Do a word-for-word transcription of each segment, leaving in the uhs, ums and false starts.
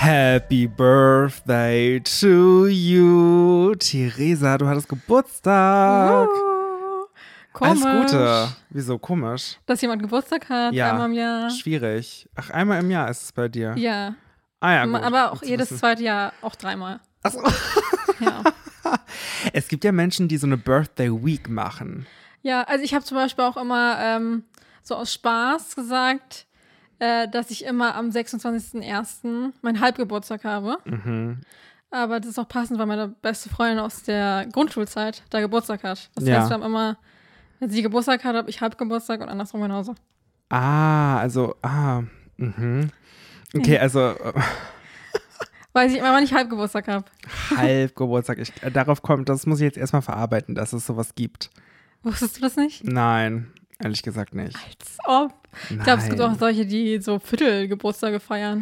Happy Birthday to you. Theresa, du hattest Geburtstag. Uh, komisch. Alles Gute. Wieso komisch? Dass jemand Geburtstag hat, ja, einmal im Jahr. Schwierig. Ach, einmal im Jahr ist es bei dir? Ja. Ah ja, gut. Aber auch Gut jedes wissen. zweite Jahr auch dreimal. Ach so. Ja. Es gibt ja Menschen, die so eine Birthday Week machen. Ja, also ich habe zum Beispiel auch immer ähm, so aus Spaß gesagt, äh, dass ich immer am sechsundzwanzigsten ersten meinen Halbgeburtstag habe. Mhm. Aber das ist auch passend, weil meine beste Freundin aus der Grundschulzeit da Geburtstag hat. Das Ja. heißt, wir haben immer, wenn sie Geburtstag hat, habe ich Halbgeburtstag und andersrum genauso. Ah, also, ah, mhm. Okay, also äh, Weiß ich immer, wann ich Halbgeburtstag habe. Halbgeburtstag. Ich, äh, darauf kommt, das muss ich jetzt erstmal verarbeiten, dass es sowas gibt. Wusstest du das nicht? Nein, ehrlich gesagt nicht. Als ob. Nein. Ich glaube, es gibt auch solche, die so Viertelgeburtstage feiern.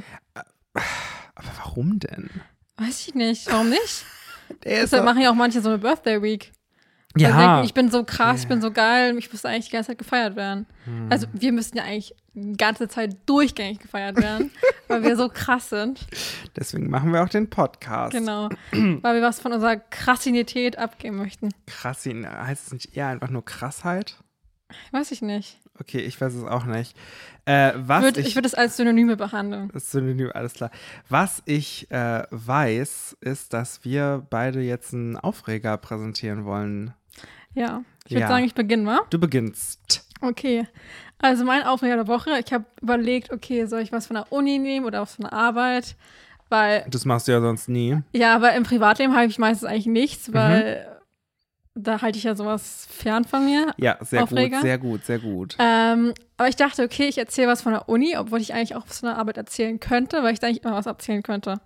Aber warum denn? Weiß ich nicht. Warum nicht? Der ist Deshalb doch- machen ja auch manche so eine Birthday Week. Weil sie ja. denken, ich bin so krass, ich Ja. bin so geil, ich müsste eigentlich die ganze Zeit gefeiert werden. Hm. Also wir müssten ja eigentlich die ganze Zeit durchgängig gefeiert werden, weil wir so krass sind. Deswegen machen wir auch den Podcast. Genau. Weil wir was von unserer Krassinität abgeben möchten. Krass, heißt es nicht eher einfach nur Krassheit? Weiß ich nicht. Okay, ich weiß es auch nicht. Äh, was Würd, ich, ich würde es als Synonyme behandeln. das ist Synonym, alles klar. Was ich äh, weiß, ist, dass wir beide jetzt einen Aufreger präsentieren wollen. Ja. Ich würde Ja. sagen, ich beginne mal. Du beginnst. Okay. Also mein Aufreger der Woche, ich habe überlegt, okay, soll ich was von der Uni nehmen oder was von der Arbeit? Weil, Das machst du ja sonst nie. ja, aber im Privatleben habe ich meistens eigentlich nichts, weil da halte ich ja sowas fern von mir. Ja, sehr Aufreger? gut, sehr gut, sehr gut. Ähm, aber ich dachte, okay, ich erzähle was von der Uni, obwohl ich eigentlich auch was von der Arbeit erzählen könnte, weil ich da eigentlich immer was erzählen könnte.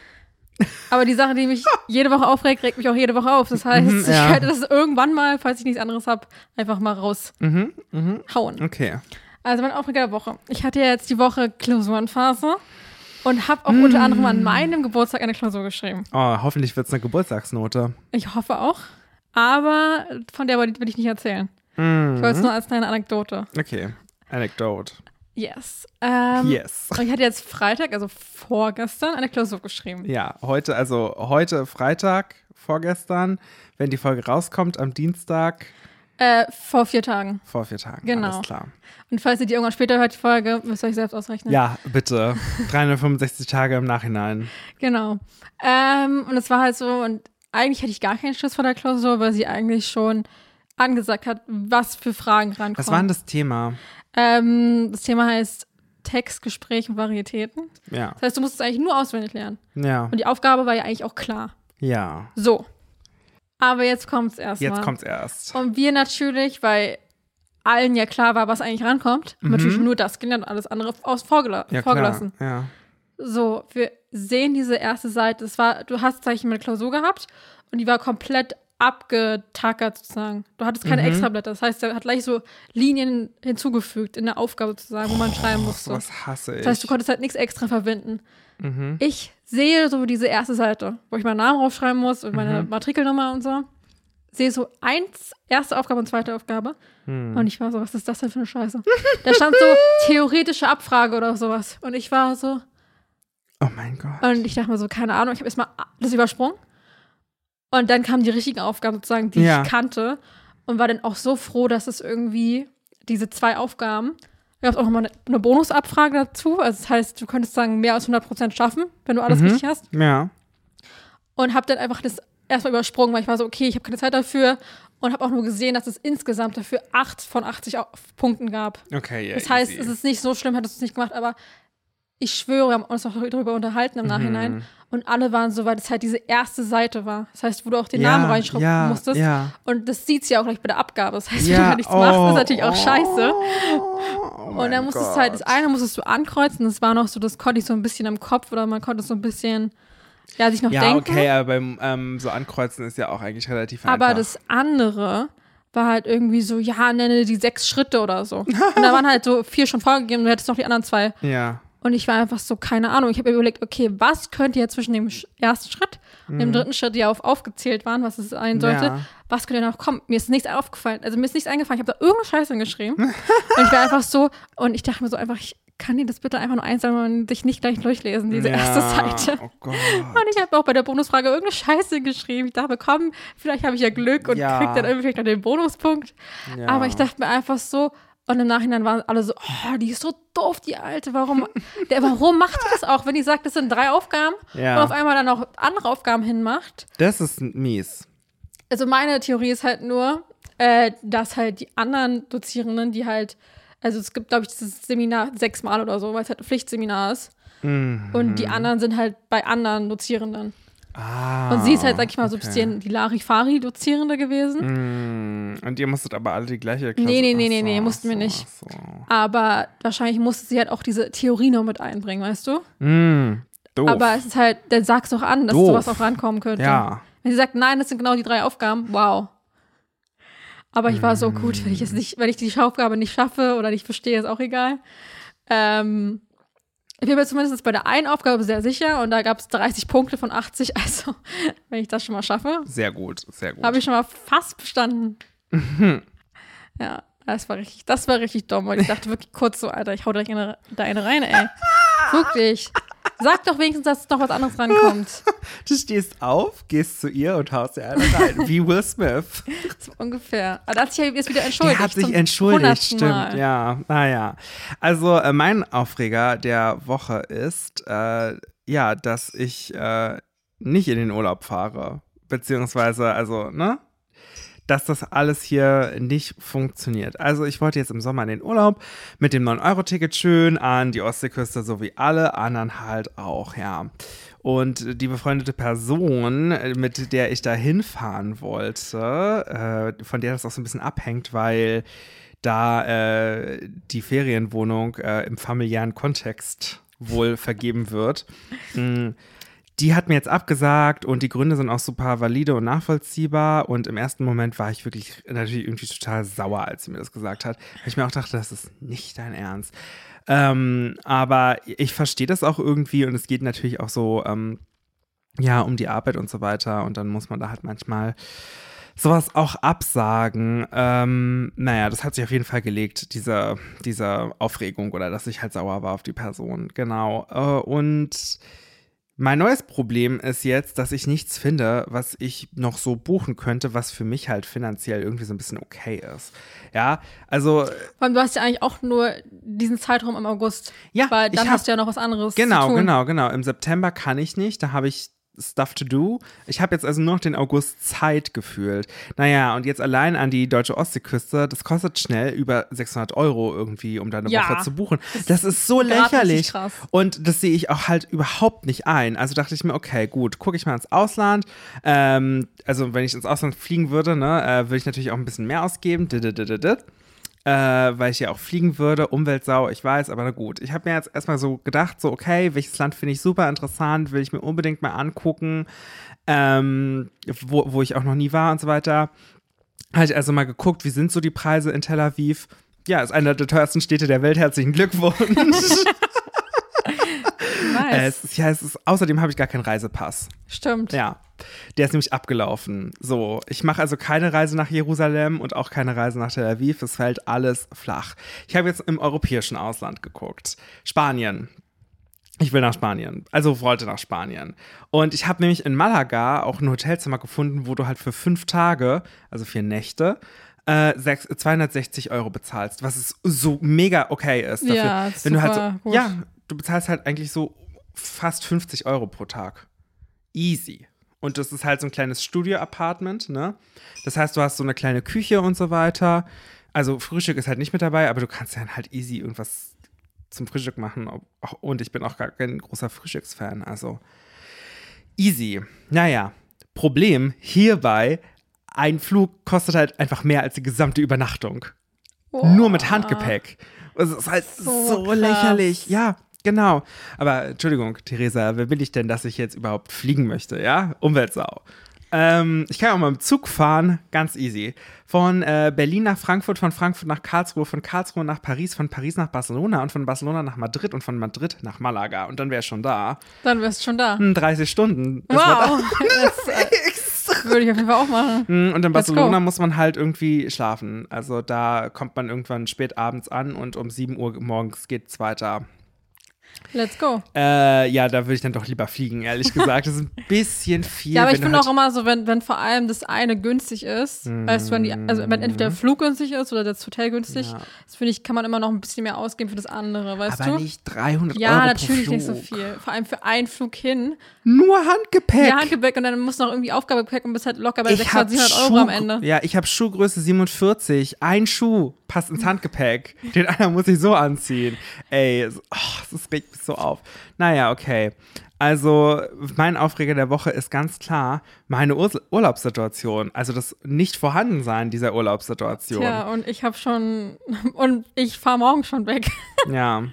Aber die Sache, die mich jede Woche aufregt, regt mich auch jede Woche auf. Das heißt, Mhm, ich ja. könnte das irgendwann mal, falls ich nichts anderes habe, einfach mal raushauen. Mhm, mhm. Okay. Also mein Aufreger der Woche. Ich hatte ja jetzt die Woche Klausurenphase und habe auch unter anderem an meinem Geburtstag eine Klausur geschrieben. Oh, hoffentlich wird es eine Geburtstagsnote. Ich hoffe auch. Aber von der will ich nicht erzählen. Mhm. Ich wollte es nur als kleine Anekdote. Okay. Anecdote. Yes. Ähm, Yes. Und ich hatte jetzt Freitag, also vorgestern, eine Klausur geschrieben. Ja, heute, also heute Freitag, vorgestern, wenn die Folge rauskommt, am Dienstag, Äh, vor vier Tagen. vor vier Tagen. Genau. Alles klar. Und falls ihr die irgendwann später hört, die Folge, müsst ihr euch selbst ausrechnen. Ja, bitte. dreihundertfünfundsechzig Tage im Nachhinein. Genau. Ähm, und es war halt so, und eigentlich hätte ich gar keinen Schiss vor der Klausur, weil sie eigentlich schon angesagt hat, was für Fragen rankommen. Was war denn das Thema? Ähm, das Thema heißt Text, Gespräch und Varietäten. Ja. Das heißt, du musst es eigentlich nur auswendig lernen. Ja. Und die Aufgabe war ja eigentlich auch klar. Ja. So. Aber jetzt kommt's erstmal. Jetzt kommt's erst. Und wir natürlich, weil allen ja klar war, was eigentlich rankommt, haben Mhm. natürlich nur das gelernt und alles andere aus vorgela Ja, vorgelassen. klar. Ja. So, wir sehen diese erste Seite. Das war, du hast Zeichen mit Klausur gehabt und die war komplett abgetackert sozusagen. Du hattest keine Mhm. Extrablätter. Das heißt, er hat gleich so Linien hinzugefügt in der Aufgabe sozusagen, wo man schreiben musste. Sowas hasse ich. Das heißt, du konntest halt nichts extra verwenden. Mhm. Ich sehe so diese erste Seite, wo ich meinen Namen draufschreiben muss und meine Mhm. Matrikelnummer und so. Sehe so eins, erste Aufgabe und zweite Aufgabe. Hm. Und ich war so, was ist das denn für eine Scheiße? Da stand so theoretische Abfrage oder sowas. Und ich war so, Oh mein Gott. und ich dachte mir so, keine Ahnung, ich habe erstmal das übersprungen. Und dann kamen die richtigen Aufgaben sozusagen, die Ja. ich kannte. Und war dann auch so froh, dass es irgendwie diese zwei Aufgaben, es gab auch nochmal eine, eine Bonusabfrage dazu. Also das heißt, du könntest sagen, mehr als hundert Prozent schaffen, wenn du alles Mhm. richtig hast. Ja. Und habe dann einfach das erstmal übersprungen, weil ich war so, okay, ich habe keine Zeit dafür. Und habe auch nur gesehen, dass es insgesamt dafür acht von achtzig Au- Punkten gab. Okay, ja. Das heißt, easy. es ist nicht so schlimm, hättest du es nicht gemacht, aber ich schwöre, wir haben uns auch darüber unterhalten im Nachhinein. Mhm. Und alle waren so, weil es halt diese erste Seite war. Das heißt, wo du auch den Ja, Namen reinschreiben ja, musstest. Ja. Und das sieht sie ja auch gleich bei der Abgabe. Das heißt, Ja, wenn du da nichts machst, oh, ist natürlich auch scheiße. Oh Und mein dann musstest Gott. du halt, das eine musstest du ankreuzen, das war noch so, das konnte ich so ein bisschen im Kopf oder man konnte so ein bisschen, ja, sich noch Ja, denken. okay, aber beim ähm, so Ankreuzen ist ja auch eigentlich relativ einfach. Aber das andere war halt irgendwie so, ja, nenne die sechs Schritte oder so. Und da waren halt so vier schon vorgegeben, du hättest noch die anderen zwei Ja. Und ich war einfach so, keine Ahnung. Ich habe mir überlegt, okay, was könnte jetzt zwischen dem ersten Schritt und dem dritten Schritt, die auf, aufgezählt waren, was es sein sollte, Ja. was könnte noch kommen? Mir ist nichts aufgefallen. Also mir ist nichts eingefallen. Ich habe da irgendeine Scheiße geschrieben. Und ich war einfach so, und ich dachte mir so einfach, ich kann die das bitte einfach nur einsammeln und sich nicht gleich durchlesen, diese ja. erste Seite. Oh Gott. Und ich habe auch bei der Bonusfrage irgendeine Scheiße geschrieben. Ich dachte, komm, vielleicht habe ich ja Glück und Ja. krieg dann irgendwie vielleicht noch den Bonuspunkt. Ja. Aber ich dachte mir einfach so, und im Nachhinein waren alle so, oh, die ist so doof, die Alte. Warum, der, warum macht die das auch, wenn die sagt, das sind drei Aufgaben Ja. und auf einmal dann auch andere Aufgaben hinmacht? Das ist mies. Also meine Theorie ist halt nur, äh, dass halt die anderen Dozierenden, die halt, also es gibt, glaube ich, dieses Seminar sechsmal oder so, weil es halt ein Pflichtseminar ist. Mhm. Und die anderen sind halt bei anderen Dozierenden. Ah, Und sie ist halt, sag ich mal, so ein okay. bisschen die Larifari-Dozierende gewesen. Mm, Und ihr musstet aber alle die gleiche Klasse. Nee, nee, nee, Ach nee, so, nee, ach mussten wir so, nicht. ach so. Aber wahrscheinlich musste sie halt auch diese Theorie noch mit einbringen, weißt du? Mm, doof. Aber es ist halt, dann sag's doch an, dass Doof. sowas auch rankommen könnte. Ja. Wenn sie sagt, nein, das sind genau die drei Aufgaben, wow. Aber ich war so, gut, wenn ich jetzt nicht, wenn ich die Aufgabe nicht schaffe oder nicht verstehe, ist auch egal. Ähm, ich bin mir zumindest bei der einen Aufgabe sehr sicher und da gab es dreißig Punkte von achtzig, also wenn ich das schon mal schaffe, Sehr gut, sehr gut. habe ich schon mal fast bestanden. Ja, das war richtig, das war richtig dumm, weil ich dachte wirklich kurz so, Alter, ich hau da eine, da eine rein, ey. Wirklich. Sag doch wenigstens, dass noch was anderes rankommt. Du stehst auf, gehst zu ihr und haust dir eine rein. Wie Will Smith. So ungefähr. Aber da hat sich ja jetzt wieder entschuldigt. Der hat sich zum entschuldigt, hundertsten stimmt. Mal. Ja, naja. Also äh, mein Aufreger der Woche ist, äh, ja, dass ich äh, nicht in den Urlaub fahre. Beziehungsweise, also, ne? Dass das alles hier nicht funktioniert. Also ich wollte jetzt im Sommer in den Urlaub mit dem neun Euro Ticket schön an die Ostseeküste, so wie alle anderen halt auch, ja. Und die befreundete Person, mit der ich da hinfahren wollte, äh, von der das auch so ein bisschen abhängt, weil da äh, die Ferienwohnung äh, im familiären Kontext wohl vergeben wird, mh, die hat mir jetzt abgesagt und die Gründe sind auch super valide und nachvollziehbar. Und im ersten Moment war ich wirklich natürlich irgendwie total sauer, als sie mir das gesagt hat. Weil ich mir auch dachte, das ist nicht dein Ernst. Ähm, aber ich verstehe das auch irgendwie und es geht natürlich auch so, ähm, ja, um die Arbeit und so weiter. Und dann muss man da halt manchmal sowas auch absagen. Ähm, naja, das hat sich auf jeden Fall gelegt, diese, diese Aufregung oder dass ich halt sauer war auf die Person. Genau. Äh, und mein neues Problem ist jetzt, dass ich nichts finde, was ich noch so buchen könnte, was für mich halt finanziell irgendwie so ein bisschen okay ist. Ja, also. Und du hast ja eigentlich auch nur diesen Zeitraum im August. Ja, Weil dann ich hab, hast du ja noch was anderes Genau, zu tun. genau, genau. Im September kann ich nicht, da habe ich Stuff to do. Ich habe jetzt also nur noch den August Zeit gefühlt. Naja, und jetzt allein an die deutsche Ostseeküste, das kostet schnell über sechshundert Euro irgendwie, um da eine Ja, Woche zu buchen. das Das ist so grad richtig lächerlich. krass. Und das sehe ich auch halt überhaupt nicht ein. Also dachte ich mir, okay, gut, gucke ich mal ins Ausland. Ähm, also wenn ich ins Ausland fliegen würde, ne, äh, würde ich natürlich auch ein bisschen mehr ausgeben. Dididididid. Äh, weil ich ja auch fliegen würde, Umweltsau, ich weiß, aber na gut. Ich habe mir jetzt erstmal so gedacht, so okay, welches Land finde ich super interessant, will ich mir unbedingt mal angucken, ähm, wo, wo ich auch noch nie war und so weiter. Habe ich also mal geguckt, wie sind so die Preise in Tel Aviv? Ja, ist einer der teuersten Städte der Welt, herzlichen Glückwunsch. Nice. äh, es ist, ja, es ist, außerdem habe ich gar keinen Reisepass. Stimmt. Ja, der ist nämlich abgelaufen. So, ich mache also keine Reise nach Jerusalem und auch keine Reise nach Tel Aviv. Es fällt alles flach. Ich habe jetzt im europäischen Ausland geguckt. Spanien. Ich will nach Spanien. Also wollte nach Spanien. Und ich habe nämlich in Malaga auch ein Hotelzimmer gefunden, wo du halt für fünf Tage, also vier Nächte, äh, zweihundertsechzig Euro bezahlst, was es so mega okay ist. Dafür, Ja, wenn du halt so, super gut. ja, du bezahlst halt eigentlich so fast fünfzig Euro pro Tag. Easy. Und das ist halt so ein kleines Studio-Apartment, ne? Das heißt, du hast so eine kleine Küche und so weiter. Also Frühstück ist halt nicht mit dabei, aber du kannst dann halt easy irgendwas zum Frühstück machen. Und ich bin auch gar kein großer Frühstücksfan, also easy. Naja, Problem hierbei, ein Flug kostet halt einfach mehr als die gesamte Übernachtung. Boah. Nur mit Handgepäck. Das ist halt So so, krass. lächerlich. Ja, genau. Aber Entschuldigung, Theresa, wer bin ich denn, dass ich jetzt überhaupt fliegen möchte, ja? Umweltsau. Ähm, ich kann auch mal im Zug fahren, ganz easy. Von äh, Berlin nach Frankfurt, von Frankfurt nach Karlsruhe, von Karlsruhe nach Paris, von Paris nach Barcelona und von Barcelona nach Madrid und von Madrid nach Malaga. Und dann wäre ich schon da. Dann wärst du schon da. Hm, dreißig Stunden. Das wow. Das äh, würde ich auf jeden Fall auch machen. Und in Barcelona muss man halt irgendwie schlafen. Also da kommt man irgendwann spät abends an und um sieben Uhr morgens geht's weiter. Let's go. Äh, ja, da würde ich dann doch lieber fliegen, ehrlich gesagt. Das ist ein bisschen viel. Ja, aber ich wenn finde halt auch immer so, wenn, wenn vor allem das eine günstig ist, mm. weißt du, wenn die, also wenn entweder der Flug günstig ist oder das Hotel günstig, ja. das finde ich, kann man immer noch ein bisschen mehr ausgeben für das andere, weißt aber du? Aber nicht dreihundert ja, Euro pro natürlich Flug. nicht so viel. Vor allem für einen Flug hin. Nur Handgepäck. Ja, Handgepäck und dann musst du noch irgendwie Aufgabegepäck und bist halt locker bei sechshundert, siebenhundert Euro am Ende. Ja, ich habe Schuhgröße siebenundvierzig. Ein Schuh passt ins Handgepäck. Den anderen muss ich so anziehen. Ey, oh, das regt mich so auf. Naja, okay. Also, mein Aufreger der Woche ist ganz klar meine Ur- Urlaubssituation. Also das Nicht-Vorhandensein dieser Urlaubssituation. Ja, und ich habe schon, und ich fahre morgen schon weg. Ja.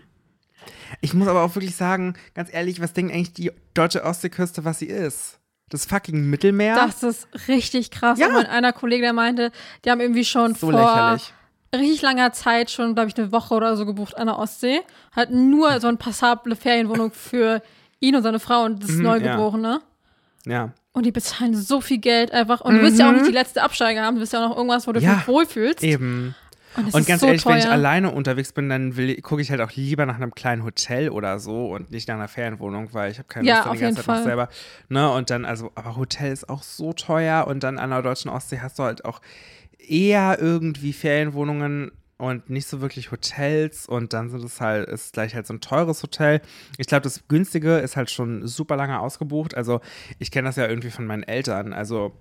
Ich muss aber auch wirklich sagen, ganz ehrlich, was denkt eigentlich die deutsche Ostseeküste, was sie ist? Das fucking Mittelmeer? Das ist richtig krass. Ja. Und mein einer Kollege, der meinte, die haben irgendwie schon so vor lächerlich. richtig langer Zeit schon, glaube ich, eine Woche oder so gebucht an der Ostsee. Hat nur so eine passable Ferienwohnung für ihn und seine Frau und das Mhm, Neugeborene. Ja. ja. Und die bezahlen so viel Geld einfach. Und du willst ja auch nicht die letzte Absteige haben. Du willst ja auch noch irgendwas, wo du Ja, dich wohlfühlst. Eben. Und, und ganz so ehrlich, teuer. wenn ich alleine unterwegs bin, dann gucke ich halt auch lieber nach einem kleinen Hotel oder so und nicht nach einer Ferienwohnung, weil ich habe keine Ja, Lust, dann auf die ganze jeden Zeit noch Fall. selber. Ne? Und dann, also, aber Hotel ist auch so teuer und dann an der deutschen Ostsee hast du halt auch eher irgendwie Ferienwohnungen und nicht so wirklich Hotels und dann sind es halt, ist gleich halt so ein teures Hotel. Ich glaube, das günstige ist halt schon super lange ausgebucht. Also ich kenne das ja irgendwie von meinen Eltern. Also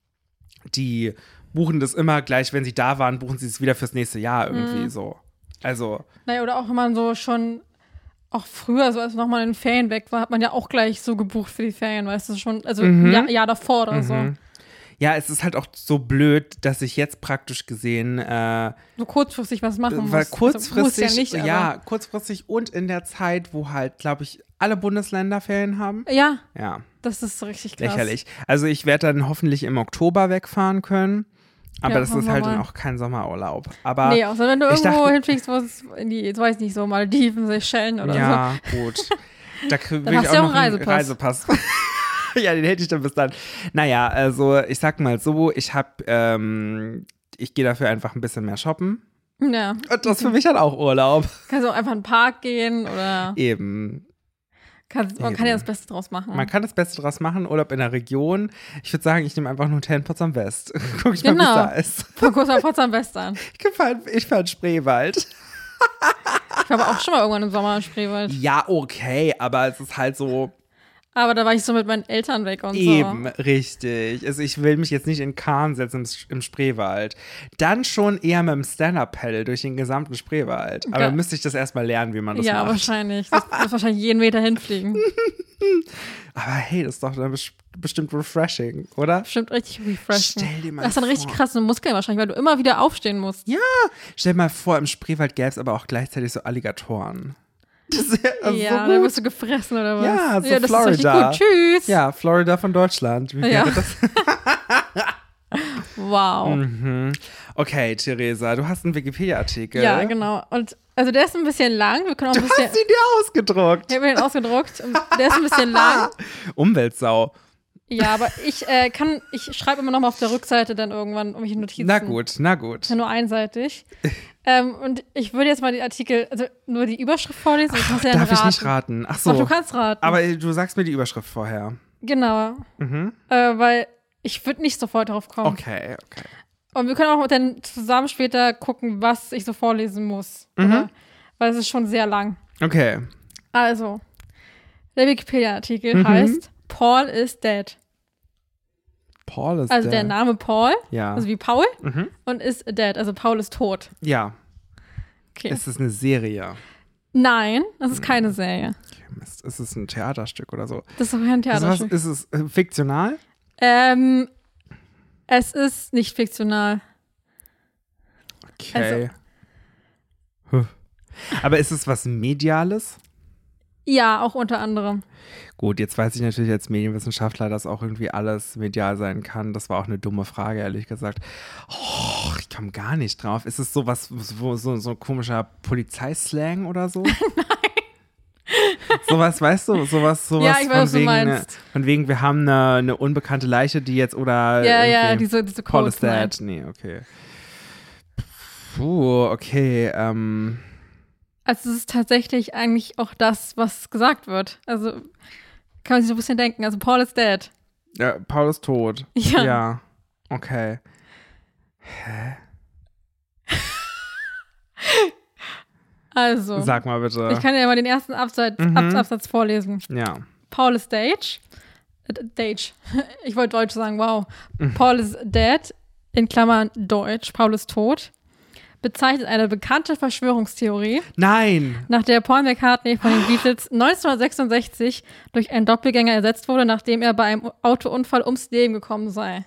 die buchen das immer gleich, wenn sie da waren, buchen sie es wieder fürs nächste Jahr irgendwie Mhm. so. Also Naja, oder auch wenn man so schon, auch früher, so als man nochmal in den Ferien weg war, hat man ja auch gleich so gebucht für die Ferien, weißt du, schon, also Mhm. ein Jahr, Jahr davor oder so. Mhm. Ja, es ist halt auch so blöd, dass ich jetzt praktisch gesehen äh, So kurzfristig was machen weil muss. kurzfristig, also, muss ja, nicht, aber ja, kurzfristig und in der Zeit, wo halt, glaube ich, alle Bundesländer Ferien haben. Ja, Ja, das ist so richtig krass. lächerlich. Also ich werde dann hoffentlich im Oktober wegfahren können, aber Ja, das hoffen ist wir halt mal. dann auch kein Sommerurlaub. Aber Nee, außer wenn du ich irgendwo dachte- hinfliegst, wo es in die, jetzt weiß ich nicht, so Malediven, Seychellen oder ja, gut. Da krieg, Dann will hast ich du ja auch auch noch einen einen Reisepass. Reisepass. Ja, den hätte ich dann bis dann. Naja, also ich sag mal so, ich hab, ähm, ich gehe dafür einfach ein bisschen mehr shoppen. so. Ja, Und das ist für mich dann auch Urlaub. kannst du auch einfach in den Park gehen oder Eben. kannst, man Eben. kann ja das Beste draus machen. Man kann das Beste draus machen, Urlaub in der Region. Ich würde sagen, ich nehme einfach ein Hotel in Potsdam West. Guck ich mal, wie es Genau. da ist. Von kurz nach Potsdam West an. Ich fahre ich fahr in Spreewald. Ich war aber auch schon mal irgendwann im Sommer in Spreewald. Ja, okay, aber es ist halt so Aber da war ich so mit meinen Eltern weg und eben, so. richtig. Also ich will mich jetzt nicht in Kahn setzen im, im Spreewald. Dann schon eher mit dem Stand-Up-Paddle durch den gesamten Spreewald. Aber Ja. dann müsste ich das erstmal lernen, wie man das Ja, macht. wahrscheinlich. Das wird wahrscheinlich jeden Meter hinfliegen. Aber hey, das ist doch dann bes- bestimmt refreshing, oder? Bestimmt richtig refreshing. Stell dir mal Das ist dann richtig vor. krasse Muskeln wahrscheinlich, weil du immer wieder aufstehen musst. Ja, stell dir mal vor, im Spreewald gäbe es aber auch gleichzeitig so Alligatoren. Das wäre Ja, so dann gut. wirst du gefressen oder was? Ja, so ja, das Florida. ist richtig gut. Tschüss. Ja, Florida von Deutschland. Wie Ja. wäre das? Wow. Mhm. Okay, Theresa, du hast einen Wikipedia-Artikel. Ja, genau. Und also der ist ein bisschen lang. Wir können auch ein Du bisschen. hast ihn dir ausgedruckt. Ich habe ihn ausgedruckt. Und der ist ein bisschen lang. Umweltsau. Ja, aber ich äh, kann, ich schreibe immer noch mal auf der Rückseite dann irgendwann irgendwelche Notizen. Na gut, na gut. Ist ja nur einseitig. ähm, und ich würde jetzt mal die Artikel, also nur die Überschrift vorlesen. Ich muss ja Darf raten. ich nicht raten? Ach so. Doch, du kannst raten. Aber äh, du sagst mir die Überschrift vorher. genau. Mhm. Äh, weil ich würde nicht sofort drauf kommen. Okay, okay. Und wir können auch dann zusammen später gucken, was ich so vorlesen muss. Mhm. Oder? Weil es ist schon sehr lang. Okay. Also, der Wikipedia-Artikel Mhm. heißt Paul is dead. Paul ist Also der, der Name Paul, Ja. also wie Paul, Mhm. und ist dead, also Paul ist tot. Ja. Okay. Ist es eine Serie? Nein, das ist keine Serie. Okay, Mist. Ist es ein Theaterstück oder so? Das ist doch kein Ist, was, Theaterstück. ist es äh, fiktional? Ähm, es ist nicht fiktional. Okay. Huh. Aber ist es was Mediales? Ja, auch unter anderem. Gut, jetzt weiß ich natürlich als Medienwissenschaftler, dass auch irgendwie alles medial sein kann. Das war auch eine dumme Frage, ehrlich gesagt. Oh, ich komme gar nicht drauf. Ist es sowas, so, so, so ein komischer Polizeislang oder so? Nein. Sowas, weißt du, sowas, sowas Ja, ich weiß, von, was du wegen, meinst. von wegen, wir haben eine, eine unbekannte Leiche, die jetzt oder Ja, ja, irgendwie- diese, diese Paul is Codes. dead. Nee, okay. Puh, okay, ähm. Also es ist tatsächlich eigentlich auch das, was gesagt wird. Also kann man sich so ein bisschen denken. Also Paul is dead. Ja, Paul ist tot. Ja. Ja, okay. Hä? Also, Sag mal bitte. ich kann dir mal den ersten Absatz, Mhm. Abs- Absatz vorlesen. Ja. Paul is Dage. Äh, Dage. Ich wollte Deutsch sagen, wow. Mhm. Paul is dead, in Klammern Deutsch. Paul ist tot. Bezeichnet eine bekannte Verschwörungstheorie, Nein! nach der Paul McCartney von den Beatles neunzehnhundertsechsundsechzig durch einen Doppelgänger ersetzt wurde, nachdem er bei einem Autounfall ums Leben gekommen sei.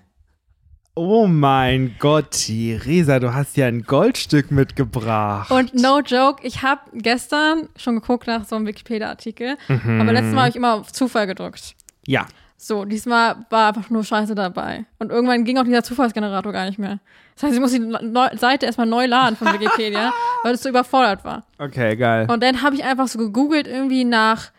Oh mein Gott, Theresa, du hast ja ein Goldstück mitgebracht. Und no joke, ich habe gestern schon geguckt nach so einem Wikipedia-Artikel, Mhm. aber letztes Mal habe ich immer auf Zufall gedrückt. Ja. So, diesmal war einfach nur Scheiße dabei. Und irgendwann ging auch dieser Zufallsgenerator gar nicht mehr. Das heißt, ich muss die Neu- Seite erstmal neu laden von Wikipedia, weil es so überfordert war. Okay, geil. Und dann habe ich einfach so gegoogelt irgendwie nach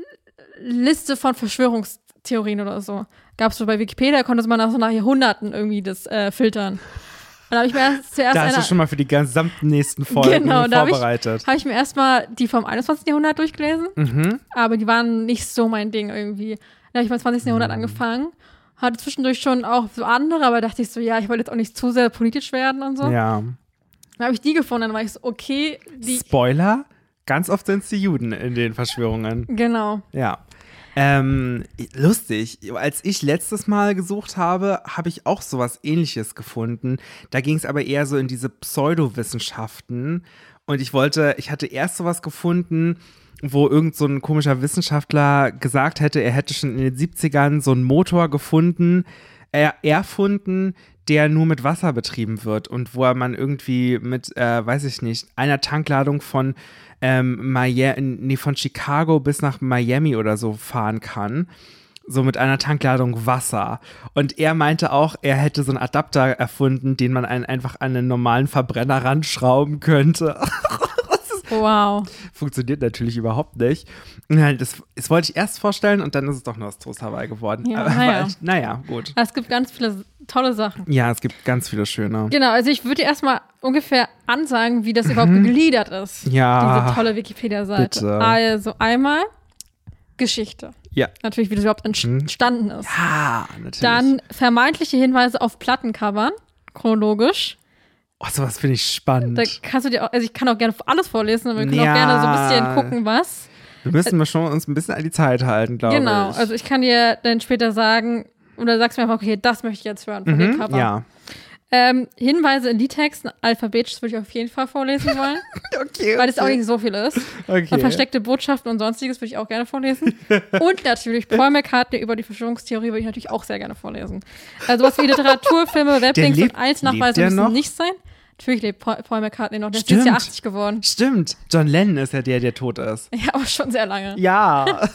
Liste von Verschwörungstheorien oder so. Gab es so bei Wikipedia, konnte man nach so nach Jahrhunderten irgendwie das äh, filtern. Und da habe ich mir erst zuerst Da hast du eine, schon mal für die gesamten nächsten Folgen Genau, da hab ich- vorbereitet. habe ich mir erstmal die vom einundzwanzigsten Jahrhundert durchgelesen, Mhm. aber die waren nicht so mein Ding irgendwie. Dann habe ich beim zwanzigsten Jahrhundert angefangen, hatte zwischendurch schon auch so andere, aber dachte ich so, ja, ich wollte jetzt auch nicht zu sehr politisch werden und so. Ja. Dann habe ich die gefunden, dann war ich so, okay, die, Spoiler, ganz oft sind es die Juden in den Verschwörungen. genau. Ja. Ähm, lustig. Als ich letztes Mal gesucht habe, habe ich auch sowas Ähnliches gefunden. Da ging es aber eher so in diese Pseudowissenschaften. Und ich wollte, ich hatte erst sowas gefunden, wo irgend so ein komischer Wissenschaftler gesagt hätte, er hätte schon in den siebzigern so einen Motor gefunden, er erfunden, der nur mit Wasser betrieben wird und wo man irgendwie mit, äh, weiß ich nicht, einer Tankladung von ähm, Miami, nee, von Chicago bis nach Miami oder so fahren kann. So mit einer Tankladung Wasser. Und er meinte auch, er hätte so einen Adapter erfunden, den man einen einfach an einen normalen Verbrenner ranschrauben könnte. Wow. Funktioniert natürlich überhaupt nicht. Nein, das, das wollte ich erst vorstellen und dann ist es doch nur das Toast Hawaii geworden. Ja, Aber naja. war echt- naja, gut. Es gibt ganz viele tolle Sachen. Ja, es gibt ganz viele schöne. Genau, also ich würde dir erstmal ungefähr ansagen, wie das überhaupt gegliedert ist. Ja, Diese tolle Wikipedia-Seite. bitte. Also einmal Geschichte. Ja. Natürlich, wie das überhaupt entstanden ist. Ah, natürlich. Dann vermeintliche Hinweise auf Plattencovern, chronologisch. Oh, sowas finde ich spannend. Da kannst du dir auch, also ich kann auch gerne alles vorlesen, aber wir können Ja. auch gerne so ein bisschen gucken, was. Wir müssen wir schon uns ein bisschen an die Zeit halten, glaube Genau, ich. also ich kann dir dann später sagen, oder sagst mir einfach, okay, das möchte ich jetzt hören von dem Mhm, Cover. ja. Ähm, Hinweise in Liedtexten, alphabetisch, das würde ich auf jeden Fall vorlesen wollen, Okay. weil das auch nicht so viel ist. okay. Und versteckte Botschaften und sonstiges würde ich auch gerne vorlesen. Und natürlich Paul McCartney über die Verschwörungstheorie würde ich natürlich auch sehr gerne vorlesen. Also was wie Literatur, Filme, Weblinks lebt- und Eilsnachweise lebt der müssen noch? nicht sein. Natürlich lebt Paul, Paul McCartney noch, der ist Stimmt. dieses Jahr achtzig geworden. Stimmt. John Lennon ist ja der, der tot ist. Ja, aber schon sehr lange. Ja.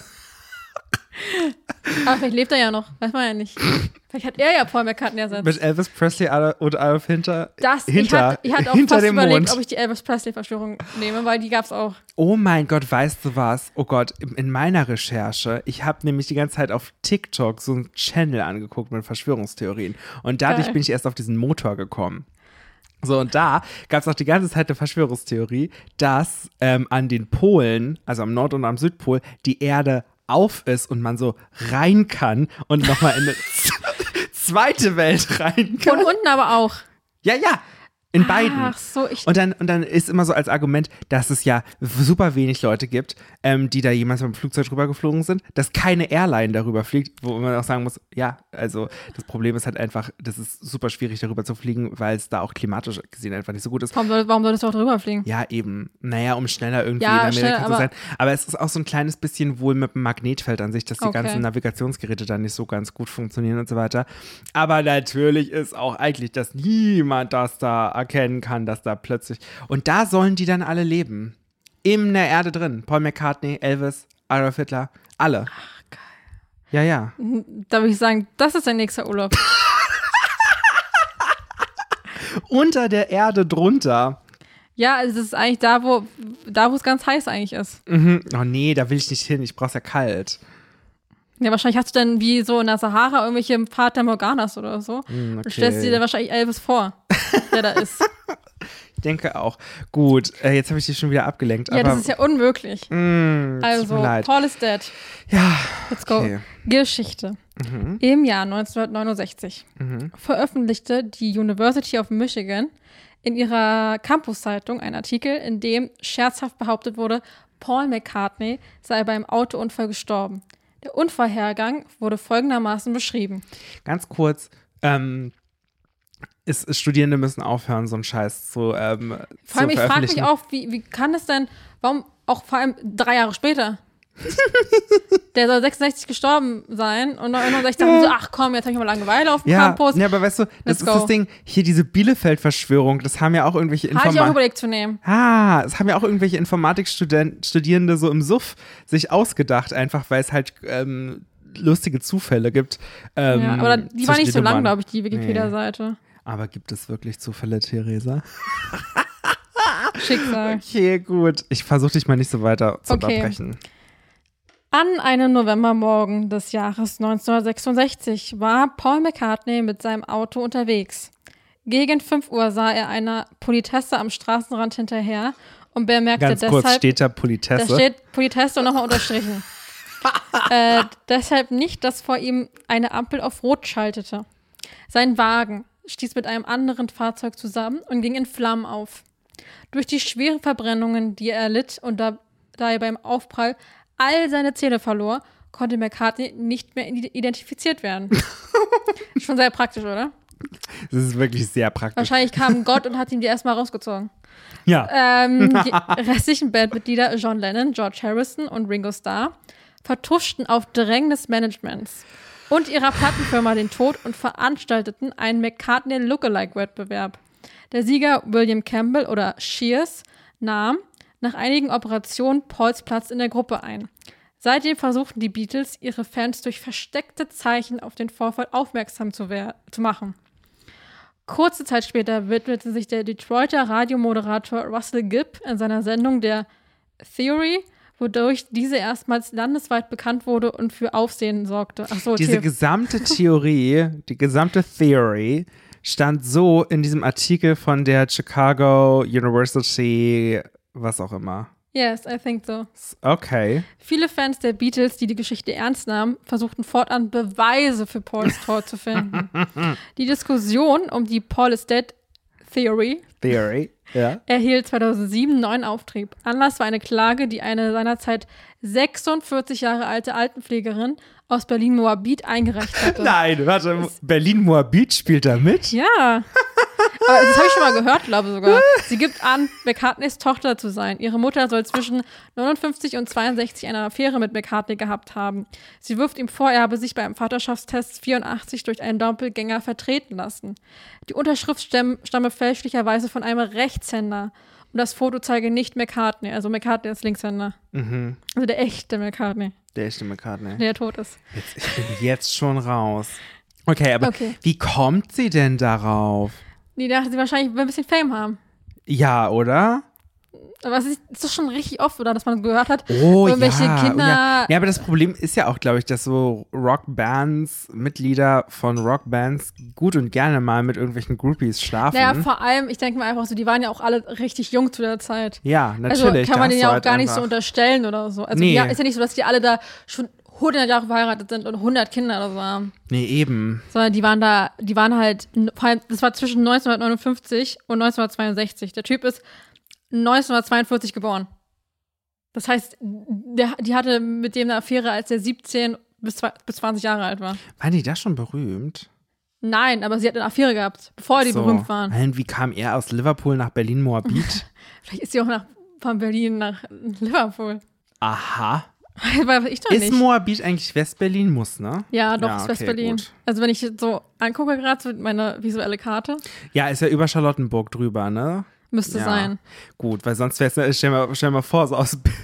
Aber vielleicht lebt er ja noch, weiß man ja nicht. Vielleicht hat er ja Paul McCartney ersetzt. Mit Elvis Presley und Adolf hinter, Das, ich hinter, hatte, ich hatte auch hinter fast dem überlegt, Mond. ob ich die Elvis Presley-Verschwörung nehme, weil die gab's auch. Oh mein Gott, weißt du was? Oh Gott, in meiner Recherche, ich habe nämlich die ganze Zeit auf TikTok so einen Channel angeguckt mit Verschwörungstheorien. Und dadurch Geil. bin ich erst auf diesen Motor gekommen. So, und da gab es auch die ganze Zeit eine Verschwörungstheorie, dass ähm, an den Polen, also am Nord- und am Südpol, die Erde auf ist und man so rein kann und nochmal in eine zweite Welt rein kann. Und unten aber auch. Ja, ja, in beiden. Ach so, ich. Und dann, und dann ist immer so als Argument, dass es ja super wenig Leute gibt, ähm, die da jemals mit dem Flugzeug drüber geflogen sind, dass keine Airline darüber fliegt, wo man auch sagen muss, ja, also das Problem ist halt einfach, das ist super schwierig darüber zu fliegen, weil es da auch klimatisch gesehen einfach nicht so gut ist. Warum, soll, warum solltest du auch drüber fliegen? Ja, eben. Naja, um schneller irgendwie Ja, in Amerika schnell, zu aber- sein. Aber es ist auch so ein kleines bisschen wohl mit dem Magnetfeld an sich, dass die Okay. ganzen Navigationsgeräte dann nicht so ganz gut funktionieren und so weiter. Aber natürlich ist auch eigentlich, dass niemand das da erkennen kann, dass da plötzlich. Und da sollen die dann alle leben. In der Erde drin. Paul McCartney, Elvis, Adolf Hitler, alle. Ach, geil. Ja, ja. Da würde ich sagen, das ist dein nächster Urlaub. Unter der Erde drunter. Ja, also das ist eigentlich da, wo da, wo es ganz heiß eigentlich ist. Mhm. Oh nee, da will ich nicht hin. Ich brauch's ja kalt. Ja, wahrscheinlich hast du dann wie so in der Sahara irgendwelche Fata Morganas oder so. Mm, okay. Du stellst dir dann wahrscheinlich Elvis vor, der da ist. Ich denke auch. Gut, äh, jetzt habe ich dich schon wieder abgelenkt. Ja, aber, das ist ja unmöglich. Mm, also, tut mir leid. Paul is dead. Ja, Let's go. okay. Geschichte. Mhm. Im Jahr neunzehnhundertneunundsechzig Mhm. veröffentlichte die University of Michigan in ihrer Campus-Zeitung einen Artikel, in dem scherzhaft behauptet wurde, Paul McCartney sei beim Autounfall gestorben. Der Unfallhergang wurde folgendermaßen beschrieben. Ganz kurz, ähm, ist, Studierende müssen aufhören, so einen Scheiß zu, ähm, Vor allem, zu ich frage mich veröffentlichen. auch, wie, wie kann es denn, warum auch vor allem drei Jahre später? Der soll sechsundsechzig gestorben sein und neunundsechzig dachten so, ach komm, jetzt habe ich mal Langeweile auf dem ja, Campus. ja, aber weißt du, das Let's ist go. das Ding, hier diese Bielefeld-Verschwörung, das haben ja auch irgendwelche Habe ich auch Informatiker. überlegt zu nehmen. Ah, es haben ja auch irgendwelche Informatikstudierende so im Suff sich ausgedacht, einfach weil es halt ähm, lustige Zufälle gibt. Ähm, Ja, aber die war zwischen nicht so den lang, Nummern. glaube ich, die Wikipedia-Seite. Aber gibt es wirklich Zufälle, Theresa? Schicksal. Okay, gut. Ich versuche dich mal nicht so weiter zu Okay. unterbrechen. An einem Novembermorgen des Jahres neunzehnhundertsechsundsechzig war Paul McCartney mit seinem Auto unterwegs. Gegen fünf Uhr sah er einer Politesse am Straßenrand hinterher und bemerkte Ganz deshalb, kurz, steht da da Politesse? steht Politesse und nochmal unterstrichen. äh, deshalb nicht, dass vor ihm eine Ampel auf Rot schaltete. Sein Wagen stieß mit einem anderen Fahrzeug zusammen und ging in Flammen auf. Durch die schweren Verbrennungen, die er erlitt und da, da er beim Aufprall all seine Zähne verlor, konnte McCartney nicht mehr identifiziert werden. Schon sehr praktisch, oder? Das ist wirklich sehr praktisch. Wahrscheinlich kam Gott und hat ihn die erstmal rausgezogen. Ja. Ähm, die restlichen Bandmitglieder John Lennon, George Harrison und Ringo Starr vertuschten auf Drängen des Managements und ihrer Plattenfirma den Tod und veranstalteten einen McCartney-Lookalike-Wettbewerb. Der Sieger William Campbell oder Shears nahm nach einigen Operationen Pauls Platz in der Gruppe ein. Seitdem versuchten die Beatles, ihre Fans durch versteckte Zeichen auf den Vorfall aufmerksam zu, wer- zu machen. Kurze Zeit später widmete sich der Detroiter Radiomoderator Russell Gibb in seiner Sendung der Theory, wodurch diese erstmals landesweit bekannt wurde und für Aufsehen sorgte. Ach so, Diese The- gesamte Theorie, die gesamte Theory stand so in diesem Artikel von der Chicago University, was auch immer. Yes, I think so. Okay. Viele Fans der Beatles, die die Geschichte ernst nahmen, versuchten fortan Beweise für Pauls Tod zu finden. Die Diskussion um die Paul is dead Theory Theory, ja. erhielt zweitausendsieben neuen Auftrieb. Anlass war eine Klage, die eine seinerzeit sechsundvierzig Jahre alte Altenpflegerin aus Berlin-Moabit eingereicht hatte. Nein, warte, Berlin-Moabit spielt da mit? Ja. Aber das habe ich schon mal gehört, glaube ich sogar. Sie gibt an, McCartneys Tochter zu sein. Ihre Mutter soll zwischen neunundfünfzig und zweiundsechzig eine Affäre mit McCartney gehabt haben. Sie wirft ihm vor, er habe sich beim Vaterschaftstest vierundachtzig durch einen Doppelgänger vertreten lassen. Die Unterschrift stamm, stamme fälschlicherweise von einem Rechtshänder. Und das Foto zeige nicht McCartney. Also McCartney ist Linkshänder. Mhm. Also der echte McCartney, Der echte McCartney. der tot ist. Jetzt, ich bin jetzt schon raus. Okay, aber Okay. wie kommt sie denn darauf? Die dachte, sie wahrscheinlich will ein bisschen Fame haben. Ja, oder? Aber es ist, ist doch schon richtig oft, oder? Dass man gehört hat, Oh irgendwelche ja, Kinder. oh ja. Ja, aber das Problem ist ja auch, glaube ich, dass so Rockbands, Mitglieder von Rockbands gut und gerne mal mit irgendwelchen Groupies schlafen. Naja, vor allem, ich denke mir einfach so, die waren ja auch alle richtig jung zu der Zeit. ja, natürlich. Also kann da man hast denen du ja auch halt gar nicht einfach- so unterstellen oder so. Also Nee. ja, ist ja nicht so, dass die alle da schon hundert Jahre verheiratet sind und hundert Kinder oder so haben. Nee, eben. Sondern die waren da, die waren halt, vor allem, das war zwischen neunzehnhundertneunundfünfzig und neunzehnhundertzweiundsechzig. Der Typ ist neunzehnhundertzweiundvierzig geboren. Das heißt, der, die hatte mit dem eine Affäre, als er siebzehn bis, zwei, bis zwanzig Jahre alt war. Waren die da schon berühmt? Nein, aber sie hat eine Affäre gehabt, bevor die so. berühmt waren. Nein, wie kam er aus Liverpool nach Berlin-Moabit? Vielleicht ist sie auch nach, von Berlin nach Liverpool. Aha. Weiß ich doch Ist nicht. Moabit eigentlich West-Berlin? Muss, ne? Ja, doch, Ja, ist okay, West-Berlin. gut. Also wenn ich jetzt so angucke gerade, so meine visuelle Karte, Ja, ist ja über Charlottenburg drüber, ne? müsste Ja. sein. Gut, weil sonst wäre es, stell mal, stell mal vor, so aus,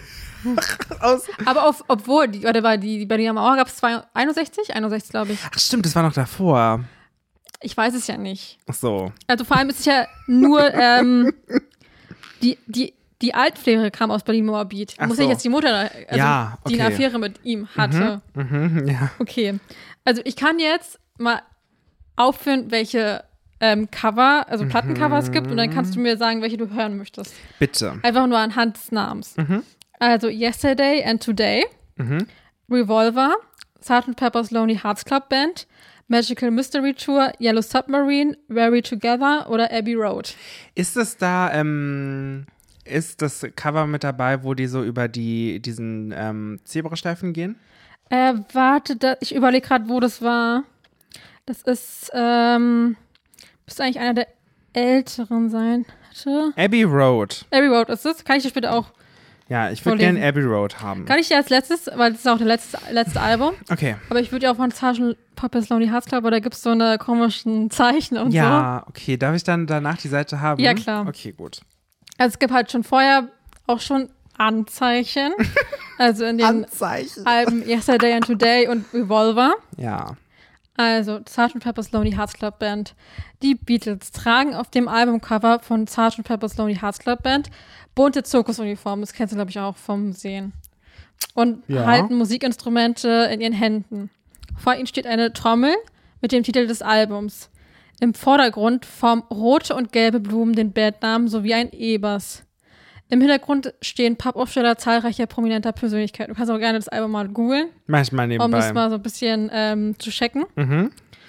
Aus. Aber auf, obwohl, die, warte, war die, die Berliner Mauer gab es einundsechzig? einundsechzig, glaube ich. Ach stimmt, das war noch davor. Ich weiß es ja nicht. Ach so. Also vor allem ist es ja nur ähm, die, die, die Altflehre kam aus Berlin-Moabit. Ach Muss so. ich jetzt die Mutter, also Ja, die eine okay. Affäre mit ihm hatte. Mhm, mhm, ja. Okay. Also ich kann jetzt mal aufführen, welche ähm, Cover, also Plattencover es gibt und dann kannst du mir sagen, welche du hören möchtest. Bitte. Einfach nur anhand des Namens. Mhm. Also Yesterday and Today, Mhm. Revolver, Sergeant Pepper's Lonely Hearts Club Band, Magical Mystery Tour, Yellow Submarine, Very Together oder Abbey Road. Ist es da, ähm, ist das Cover mit dabei, wo die so über die, diesen ähm, Zebrastreifen gehen? Äh, warte, da, ich überlege gerade, wo das war. Das ist, ähm, müsste eigentlich einer der älteren sein. Warte. Abbey Road. Abbey Road ist es. Kann ich dir später auch. Ja, ich würde Vorlesen. gerne Abbey Road haben. Kann ich dir als letztes, weil das ist auch das letzte, letzte Album. Okay. Aber ich würde ja auch von Sergeant Pepper's Lonely Hearts Club, aber da gibt es so eine komischen Zeichen und so. Ja, okay. Darf ich dann danach die Seite haben? Ja, klar. Okay, gut. Also es gibt halt schon vorher auch schon Anzeichen. Also in den Anzeichen. Alben Yesterday and Today und Revolver. Ja. Also Sergeant Pepper's Lonely Hearts Club Band. Die Beatles tragen auf dem Albumcover von Sergeant Pepper's Lonely Hearts Club Band bunte Zirkusuniformen. Das kennst du, glaube ich, auch vom Sehen. Und Ja. halten Musikinstrumente in ihren Händen. Vor ihnen steht eine Trommel mit dem Titel des Albums. Im Vordergrund formen rote und gelbe Blumen den Bandnamen sowie ein E-Bass. Im Hintergrund stehen Pappaufsteller zahlreicher prominenter Persönlichkeiten. Du kannst auch gerne das Album mal googeln, Manchmal nebenbei. um das mal so ein bisschen ähm, zu checken. Mhm.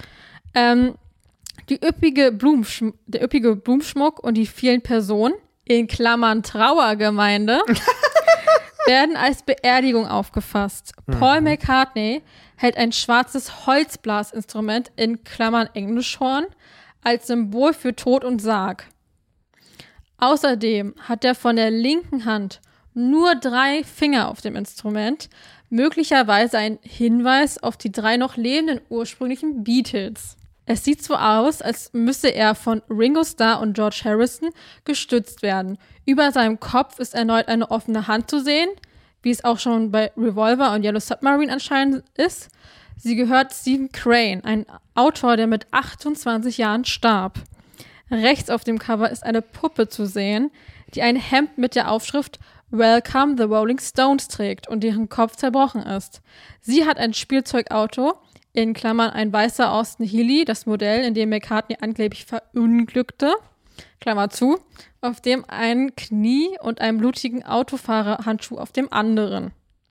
Ähm, die üppige Blumenschm- der üppige Blumenschmuck und die vielen Personen, in Klammern Trauergemeinde, werden als Beerdigung aufgefasst. Paul McCartney hält ein schwarzes Holzblasinstrument, in Klammern Englischhorn, als Symbol für Tod und Sarg. Außerdem hat er von der linken Hand nur drei Finger auf dem Instrument, möglicherweise ein Hinweis auf die drei noch lebenden ursprünglichen Beatles. Es sieht so aus, als müsse er von Ringo Starr und George Harrison gestützt werden. Über seinem Kopf ist erneut eine offene Hand zu sehen, wie es auch schon bei Revolver und Yellow Submarine anscheinend ist. Sie gehört Stephen Crane, ein Autor, der mit achtundzwanzig Jahren starb. Rechts auf dem Cover ist eine Puppe zu sehen, die ein Hemd mit der Aufschrift Welcome the Rolling Stones trägt und deren Kopf zerbrochen ist. Sie hat ein Spielzeugauto, in Klammern ein weißer Austin Healey, das Modell, in dem McCartney angeblich verunglückte, Klammer zu, auf dem ein Knie und einen blutigen Autofahrerhandschuh auf dem anderen.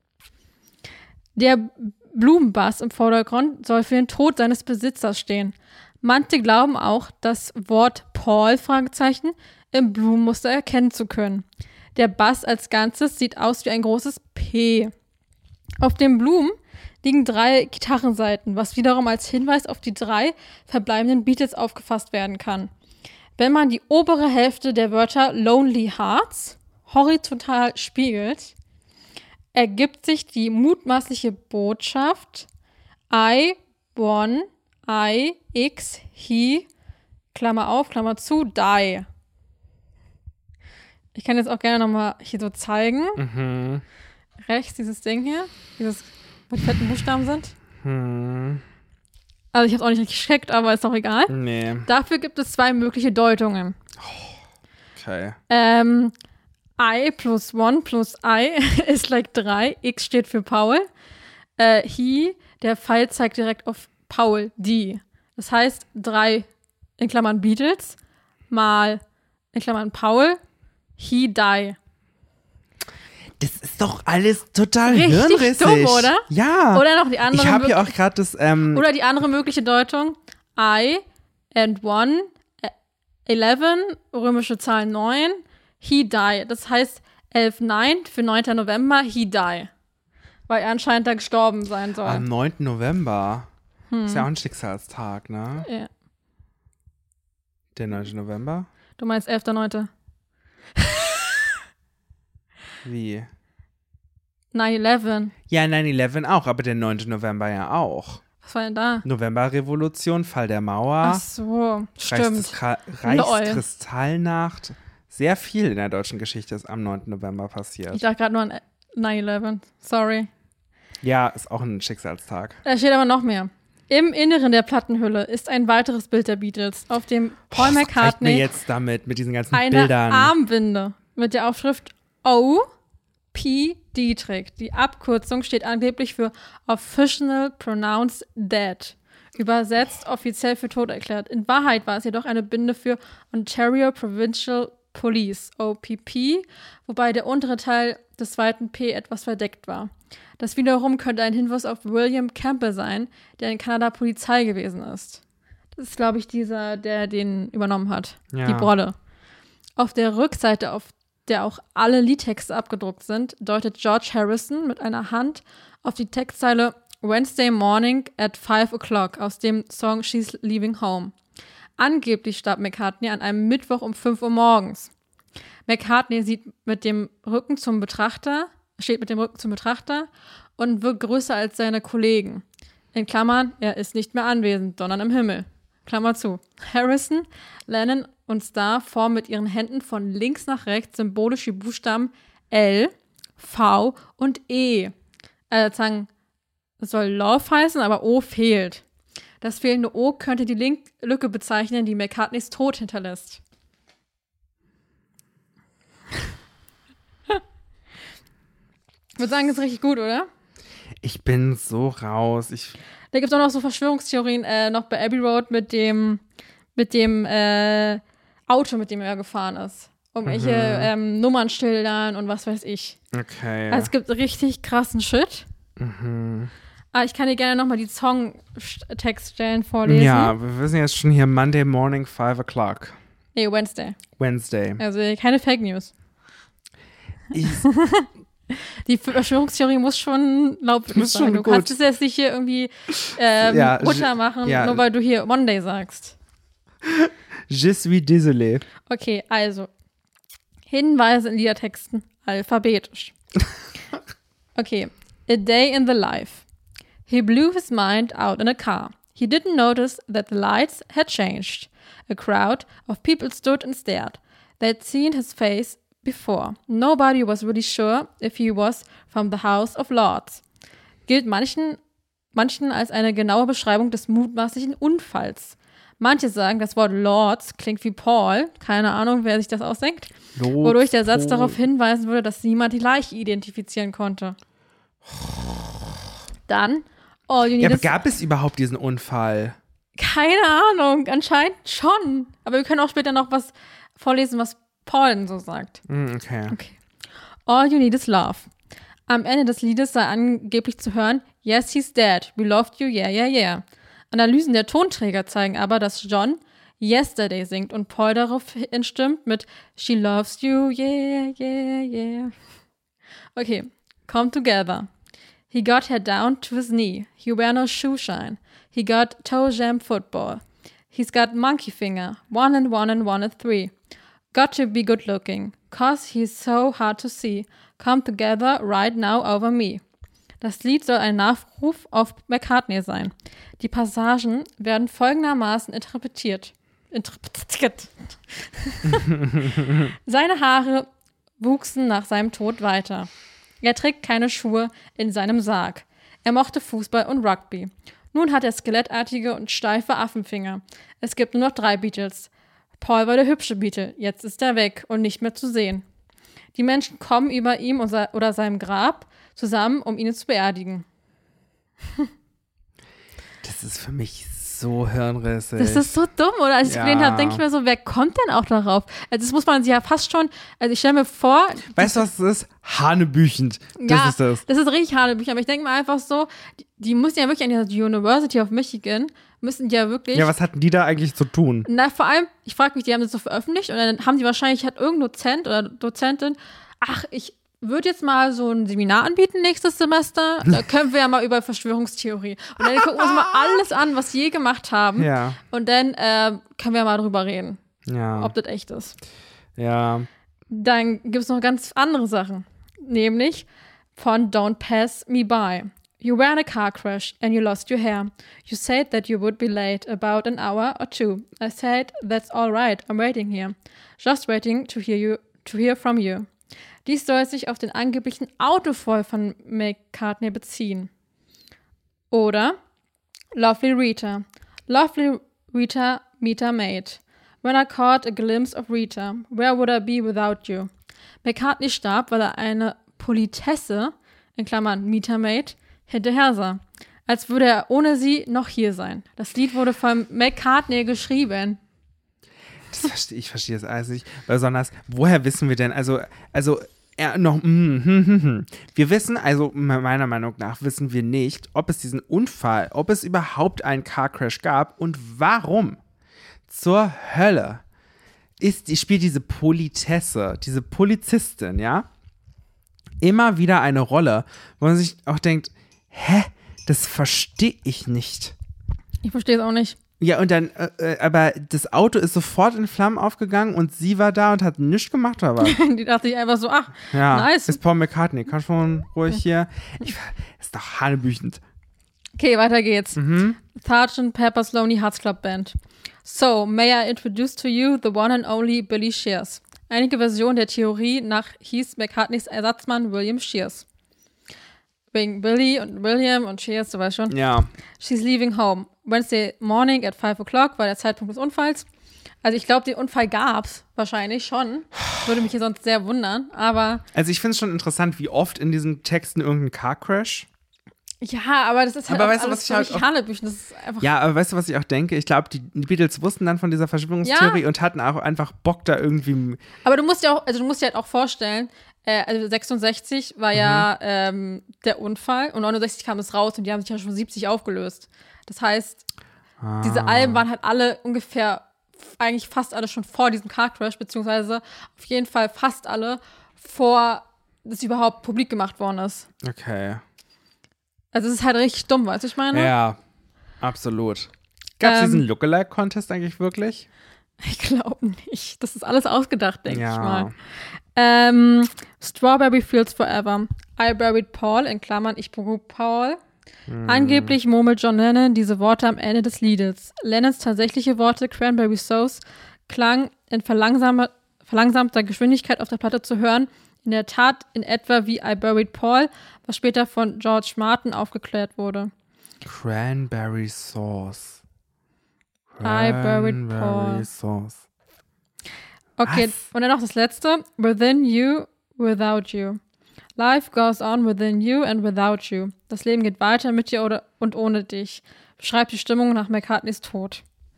Der Blumenbass im Vordergrund soll für den Tod seines Besitzers stehen. Manche glauben auch, das Wort Paul Fragezeichen im Blumenmuster erkennen zu können. Der Bass als Ganzes sieht aus wie ein großes P. Auf den Blumen liegen drei Gitarrensaiten, was wiederum als Hinweis auf die drei verbleibenden Beatles aufgefasst werden kann. Wenn man die obere Hälfte der Wörter Lonely Hearts horizontal spiegelt, ergibt sich die mutmaßliche Botschaft I, one, I, X, he, Klammer auf, Klammer zu, die. Ich kann jetzt auch gerne nochmal hier so zeigen. Mhm. Rechts dieses Ding hier, dieses mit fetten Buchstaben sind. Hm. Also ich habe es auch nicht richtig gecheckt, aber ist doch egal. Nee. Dafür gibt es zwei mögliche Deutungen. Okay. Ähm, I plus one plus I ist like drei. X steht für Paul. Äh, he, der Pfeil zeigt direkt auf Paul, die. Das heißt, drei in Klammern Beatles mal in Klammern Paul, he, die. Das ist doch alles total Richtig hirnrissig. dumm, oder? Ja. Oder noch die andere Ich habe hier möglich- auch gerade das, ähm, Oder die andere mögliche Deutung, I and one, äh, eleven, römische Zahl neun, he die. Das heißt, elf neun für neunten November, he die. Weil er anscheinend da gestorben sein soll. am neunten November. Hm. Ist ja auch ein Schicksalstag, ne? Ja. Der neunte November? Du meinst elfter neunter Wie? nine eleven. Ja, neun elf auch, aber der neunte November ja auch. Was war denn da? Novemberrevolution, Fall der Mauer, Ach so, stimmt. Reichskra- Reichskristallnacht. Sehr viel in der deutschen Geschichte ist am neunten November passiert. Ich dachte gerade nur an neun elf. Sorry. Ja, ist auch ein Schicksalstag. Da steht aber noch mehr. Im Inneren der Plattenhülle ist ein weiteres Bild der Beatles, auf dem Paul oh, was reicht mir McCartney jetzt damit, mit diesen ganzen eine Bildern. Armbinde mit der Aufschrift O P D trägt. Die Abkürzung steht angeblich für Official Pronounced Dead. Übersetzt offiziell für tot erklärt. In Wahrheit war es jedoch eine Binde für Ontario Provincial Police, O P P, wobei der untere Teil des zweiten P etwas verdeckt war. Das wiederum könnte ein Hinweis auf William Campbell sein, der in Kanada Polizei gewesen ist. Das ist, glaube ich, dieser, der den übernommen hat. Ja. Die Brolle. Auf der Rückseite, auf der auch alle Liedtexte abgedruckt sind, deutet George Harrison mit einer Hand auf die Textzeile Wednesday morning at five o'clock aus dem Song She's Leaving Home. Angeblich starb McCartney an einem Mittwoch um fünf Uhr morgens. McCartney sieht mit dem Rücken zum Betrachter, steht mit dem Rücken zum Betrachter und wirkt größer als seine Kollegen. In Klammern, er ist nicht mehr anwesend, sondern im Himmel. Klammer zu. Harrison, Lennon und Starr formen mit ihren Händen von links nach rechts symbolisch die Buchstaben L, V und E. Also sagen, es soll Love heißen, aber O fehlt. Das fehlende O könnte die Link- Lücke bezeichnen, die McCartneys Tod hinterlässt. Ich würde sagen, das ist richtig gut, oder? Ich bin so raus. Ich Da gibt es auch noch so Verschwörungstheorien, äh, noch bei Abbey Road mit dem, mit dem äh, Auto, mit dem er gefahren ist. Irgendwelche Mhm. ähm, Nummernschildern und was weiß ich. okay. Also es gibt richtig krassen Shit. mhm. Aber ich kann dir gerne nochmal die Songtextstellen vorlesen. Ja, wir wissen jetzt schon hier Monday morning, five o'clock. Nee, Wednesday. Wednesday. Also keine Fake News. Ich, Die Verschwörungstheorie muss schon glaubwürdig Muss sein. schon Du gut. kannst es jetzt nicht hier irgendwie ähm, Ja, runter machen, ja. nur weil du hier Monday sagst. je suis désolé. Okay, also Hinweise in Liedertexten alphabetisch. Okay, a day in the life. He blew his mind out in a car. He didn't notice that the lights had changed. A crowd of people stood and stared. They'd seen his face before. Nobody was really sure if he was from the House of Lords. Gilt manchen, manchen als eine genaue Beschreibung des mutmaßlichen Unfalls. Manche sagen, das Wort Lords klingt wie Paul. Keine Ahnung, wer sich das ausdenkt. Lords, Wodurch der Satz Paul. darauf hinweisen würde, dass niemand die Leiche identifizieren konnte. Dann, all you need Ja, aber is... gab es überhaupt diesen Unfall? Keine Ahnung, anscheinend schon. Aber wir können auch später noch was vorlesen, was Paul denn so sagt. Hm, okay. Okay. All you need is love. Am Ende des Liedes sei angeblich zu hören, yes, he's dead, we loved you, yeah, yeah, yeah. Analysen der Tonträger zeigen aber, dass John Yesterday singt und Paul darauf stimmt mit She loves you, yeah, yeah, yeah. Okay, come together. He got her down to his knee. He wear no shoe shine. He got toe jam football. He's got monkey finger. One and one and one and three. Got to be good looking, cause he's so hard to see. Come together right now over me. Das Lied soll ein Nachruf auf McCartney sein. Die Passagen werden folgendermaßen interpretiert. Interpretiert. Seine Haare wuchsen nach seinem Tod weiter. Er trägt keine Schuhe in seinem Sarg. Er mochte Fußball und Rugby. Nun hat er skelettartige und steife Affenfinger. Es gibt nur noch drei Beatles. Paul war der hübsche Beatle. Jetzt ist er weg und nicht mehr zu sehen. Die Menschen kommen über ihm oder seinem Grab zusammen, um ihn zu beerdigen. Das ist für mich so hirnrissig. Das ist so dumm, oder? Als ich Ja. gelesen habe, denke ich mir so, wer kommt denn auch darauf? Also das muss man sich ja fast schon, also ich stelle mir vor. Weißt du, was das ist? Hanebüchend. Das ja, ist das. Das ist richtig Hanebüchen, aber ich denke mir einfach so, die, die müssen ja wirklich an der University of Michigan, müssen die ja wirklich. Ja, was hatten die da eigentlich zu tun? Na, vor allem, ich frage mich, die haben das so veröffentlicht und dann haben die wahrscheinlich, hat irgendein Dozent oder Dozentin, ach, ich würde jetzt mal so ein Seminar anbieten nächstes Semester, da können wir ja mal über Verschwörungstheorie. Und dann gucken wir uns mal alles an, was sie je gemacht haben. Ja. Und dann äh, können wir mal drüber reden, Ja. ob das echt ist. Ja. Dann gibt es noch ganz andere Sachen, nämlich von Don't Pass Me By. You were in a car crash and you lost your hair. You said that you would be late about an hour or two. I said, that's all right, I'm waiting here. Just waiting to hear you, to hear from you. Dies soll sich auf den angeblichen Autofall von McCartney beziehen. Oder Lovely Rita. Lovely Rita, Meter Maid. When I caught a glimpse of Rita, where would I be without you? McCartney starb, weil er eine Politesse, in Klammern Meter Maid, hinterher sah. Als würde er ohne sie noch hier sein. Das Lied wurde von McCartney geschrieben. Das verstehe ich, verstehe das alles nicht. Besonders, woher wissen wir denn, also, also, er noch, mm, hm, hm, hm. wir wissen, also meiner Meinung nach wissen wir nicht, ob es diesen Unfall, ob es überhaupt einen Car-Crash gab und warum zur Hölle ist, die spielt diese Politesse, diese Polizistin, ja, immer wieder eine Rolle, wo man sich auch denkt, hä, das verstehe ich nicht. Ich verstehe es auch nicht. Ja, und dann, äh, aber das Auto ist sofort in Flammen aufgegangen und sie war da und hat nichts gemacht, oder was? Die dachte ich einfach so, ach, ja, nice. Ist Paul McCartney, kann schon ruhig hier. Ich, ist doch hanebüchend. Okay, weiter geht's. Mhm. Sergeant Pepper's Lonely Hearts Club Band. So, may I introduce to you the one and only Billy Shears. Einige Versionen der Theorie nach hieß McCartneys Ersatzmann William Shears. Wegen Billy und William und Shears, du weißt schon. Ja. She's leaving home. Wednesday morning at five o'clock war der Zeitpunkt des Unfalls. Also ich glaube, den Unfall gab's wahrscheinlich schon. Würde mich hier sonst sehr wundern, aber... Also ich finde es schon interessant, wie oft in diesen Texten irgendein Car-Crash. Ja, aber das ist halt aber auch weißt du, alles was ich halt auch, Hanebüchen. Das ist einfach ja, aber weißt du, was ich auch denke? Ich glaube, die, die Beatles wussten dann von dieser Verschwörungstheorie ja. und hatten auch einfach Bock da irgendwie... Aber du musst dir auch, also du musst dir halt auch vorstellen, äh, also sechsundsechzig war mhm. ja ähm, der Unfall und neunundsechzig kam es raus und die haben sich ja schon siebzig aufgelöst. Das heißt, ah. diese Alben waren halt alle ungefähr, eigentlich fast alle schon vor diesem Car Crash, beziehungsweise auf jeden Fall fast alle, vor das überhaupt publik gemacht worden ist. Okay. Also es ist halt richtig dumm, weißt du, ich meine? Ja, absolut. Gab es ähm, diesen Lookalike-Contest eigentlich wirklich? Ich glaube nicht. Das ist alles ausgedacht, denke ja. ich mal. Ähm, Strawberry Fields Forever. I buried Paul, in Klammern, ich begrub Paul. Hm. Angeblich murmelt John Lennon diese Worte am Ende des Liedes. Lennons tatsächliche Worte, Cranberry Sauce, klang in verlangsam- verlangsamter Geschwindigkeit auf der Platte zu hören. In der Tat in etwa wie I buried Paul, was später von George Martin aufgeklärt wurde. Cranberry Sauce. I buried Paul. Sauce. Okay, was? Und dann noch das letzte. Within you, without you. Life goes on within you and without you. Das Leben geht weiter mit dir oder und ohne dich. Beschreibt die Stimmung nach McCartneys Tod.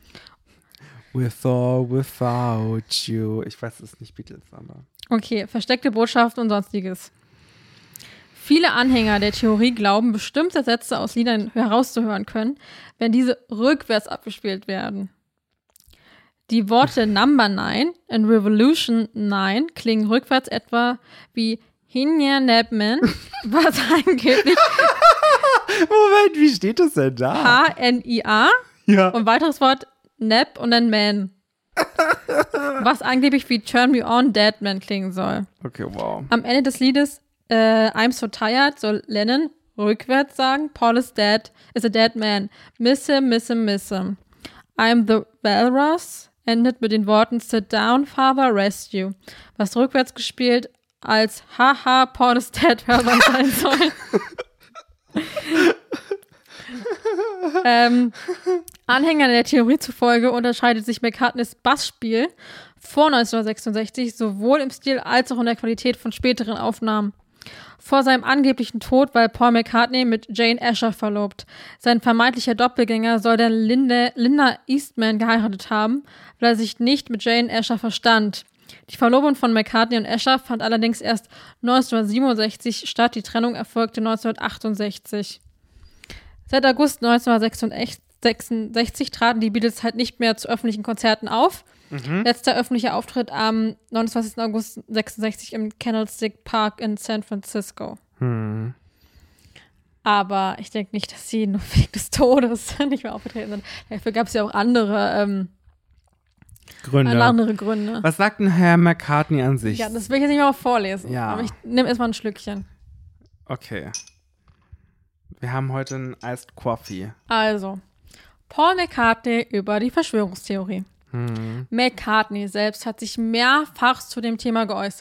With or without you. Ich weiß, es ist nicht Beatles, aber... Okay, versteckte Botschaften und sonstiges. Viele Anhänger der Theorie glauben, bestimmte Sätze aus Liedern herauszuhören können, wenn diese rückwärts abgespielt werden. Die Worte Number nine und Revolution nine klingen rückwärts etwa wie Hinja Nepman, was angeblich Moment, wie steht das denn da? H N I A ja. und weiteres Wort Nap und dann Man. Was angeblich wie Turn Me On, Dead Man klingen soll. Okay, wow. Am Ende des Liedes äh, I'm So Tired soll Lennon rückwärts sagen, Paul is dead, is a dead man. Miss him, miss him, miss him. I'm the Walrus endet mit den Worten Sit down, Father, rest you. Was rückwärts gespielt als Haha, Paul is dead hörbar sein soll. ähm, Anhängern der Theorie zufolge unterscheidet sich McCartneys Bassspiel vor neunzehnhundertsechsundsechzig sowohl im Stil als auch in der Qualität von späteren Aufnahmen. Vor seinem angeblichen Tod war Paul McCartney mit Jane Asher verlobt. Sein vermeintlicher Doppelgänger soll dann Linda, Linda Eastman geheiratet haben, weil er sich nicht mit Jane Asher verstand. Die Verlobung von McCartney und Asher fand allerdings erst neunzehnhundertsiebenundsechzig statt, die Trennung erfolgte neunzehnhundertachtundsechzig. Seit August neunzehnhundertsechsundsechzig traten die Beatles halt nicht mehr zu öffentlichen Konzerten auf. Mhm. Letzter öffentlicher Auftritt am neunundzwanzigsten August neunzehnhundertsechsundsechzig im Candlestick Park in San Francisco. Mhm. Aber ich denke nicht, dass sie nur wegen des Todes nicht mehr aufgetreten sind. Dafür gab es ja auch andere ähm, Gründe. andere Gründe. Was sagt denn Herr McCartney an sich? Ja, das will ich jetzt nicht mal vorlesen. Ja. Aber ich nehme erstmal ein Schlückchen. Okay. Wir haben heute einen Iced Coffee. Also, Paul McCartney über die Verschwörungstheorie. Hm. McCartney selbst hat sich mehrfach zu dem Thema geäußert.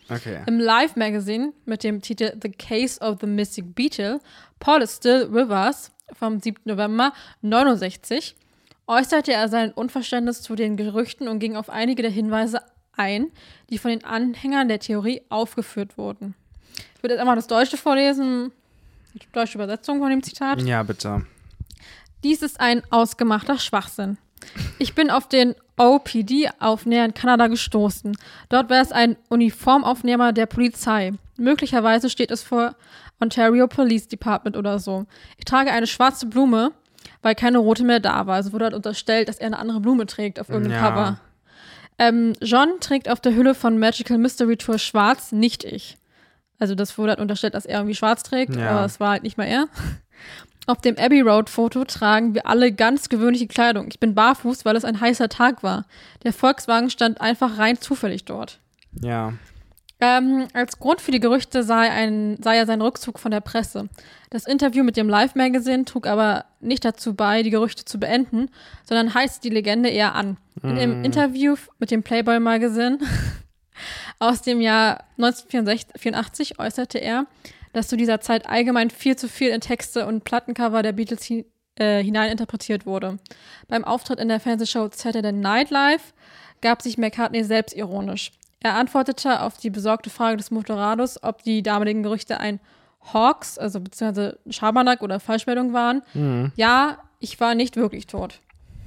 Okay. Im Live-Magazin mit dem Titel The Case of the Missing Beatle, Paul Still Rivers vom siebten November neunundsechzig, äußerte er sein Unverständnis zu den Gerüchten und ging auf einige der Hinweise ein, die von den Anhängern der Theorie aufgeführt wurden. Ich würde jetzt einmal das Deutsche vorlesen, die deutsche Übersetzung von dem Zitat. Ja, bitte. Dies ist ein ausgemachter Schwachsinn. Ich bin auf den O P D-Aufnäher in Kanada gestoßen. Dort war es ein Uniformaufnehmer der Polizei. Möglicherweise steht es vor Ontario Police Department oder so. Ich trage eine schwarze Blume, weil keine rote mehr da war. Also wurde halt unterstellt, dass er eine andere Blume trägt auf irgendeinem Ja. Cover. Ähm, John trägt auf der Hülle von Magical Mystery Tour schwarz, nicht ich. Also das wurde halt unterstellt, dass er irgendwie schwarz trägt, Ja. aber es war halt nicht mal er. Auf dem Abbey Road Foto tragen wir alle ganz gewöhnliche Kleidung. Ich bin barfuß, weil es ein heißer Tag war. Der Volkswagen stand einfach rein zufällig dort. Ja. Ähm, als Grund für die Gerüchte sei, ein, sei er sein Rückzug von der Presse. Das Interview mit dem Live-Magazin trug aber nicht dazu bei, die Gerüchte zu beenden, sondern heizt die Legende eher an. In dem Interview mit dem Playboy-Magazin aus dem Jahr neunzehnhundertvierundachtzig äußerte er, dass zu dieser Zeit allgemein viel zu viel in Texte und Plattencover der Beatles hi- äh, hinein interpretiert wurde. Beim Auftritt in der Fernsehshow Saturday Night Live gab sich McCartney selbstironisch. Er antwortete auf die besorgte Frage des Moderados, ob die damaligen Gerüchte ein Hoax, also beziehungsweise Schabernack oder Falschmeldung waren. Mhm. Ja, ich war nicht wirklich tot.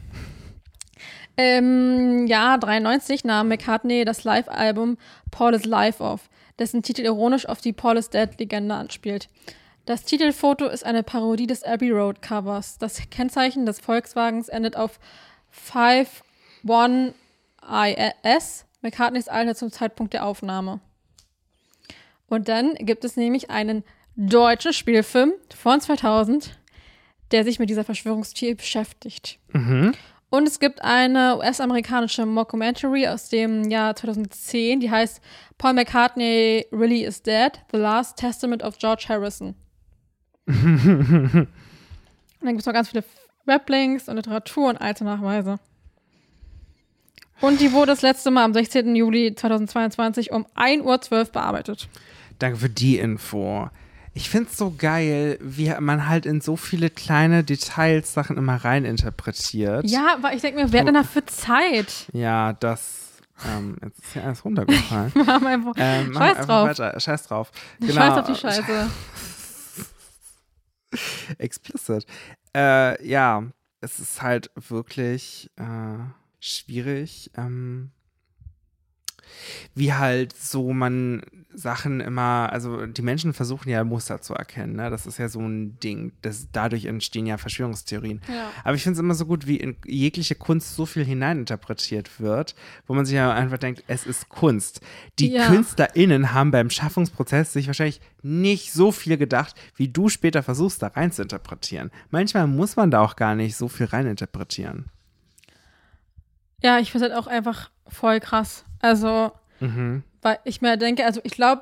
Im Jahr dreiundneunzig nahm McCartney das Live-Album Paul is Live auf, dessen Titel ironisch auf die Paul is Dead-Legende anspielt. Das Titelfoto ist eine Parodie des Abbey Road Covers. Das Kennzeichen des Volkswagens endet auf fünf eins I S, McCartneys Alter zum Zeitpunkt der Aufnahme. Und dann gibt es nämlich einen deutschen Spielfilm von zweitausend, der sich mit dieser Verschwörungstheorie beschäftigt. Mhm. Und es gibt eine U S-amerikanische Mockumentary aus dem Jahr zweitausendzehn, die heißt Paul McCartney Really is Dead, The Last Testament of George Harrison. Und dann gibt es noch ganz viele Weblinks und Literatur und alte Nachweise. Und die wurde das letzte Mal am sechzehnten Juli zweitausendzweiundzwanzig um ein Uhr zwölf bearbeitet. Danke für die Info. Ich finde es so geil, wie man halt in so viele kleine Details Sachen immer reininterpretiert. Ja, aber ich denke mir, wer hat denn dafür Zeit? Ja, das, ähm, jetzt ist ja alles runtergefallen. Wir haben einfach, ähm, Scheiß einfach drauf. Weiter. Scheiß drauf. Genau. Scheiß auf die Scheiße. Explicit. Äh, ja, es ist halt wirklich äh, schwierig, ähm, wie halt so man Sachen immer, also die Menschen versuchen ja Muster zu erkennen, ne? Das ist ja so ein Ding, das, dadurch entstehen ja Verschwörungstheorien. Ja. Aber ich finde es immer so gut, wie in jegliche Kunst so viel hineininterpretiert wird, wo man sich ja einfach denkt, es ist Kunst. Die Ja. KünstlerInnen haben beim Schaffungsprozess sich wahrscheinlich nicht so viel gedacht, wie du später versuchst, da rein zu interpretieren. Manchmal muss man da auch gar nicht so viel reininterpretieren. Ja, ich finde es halt auch einfach voll krass. Also, Mhm. weil ich mir denke, also ich glaube,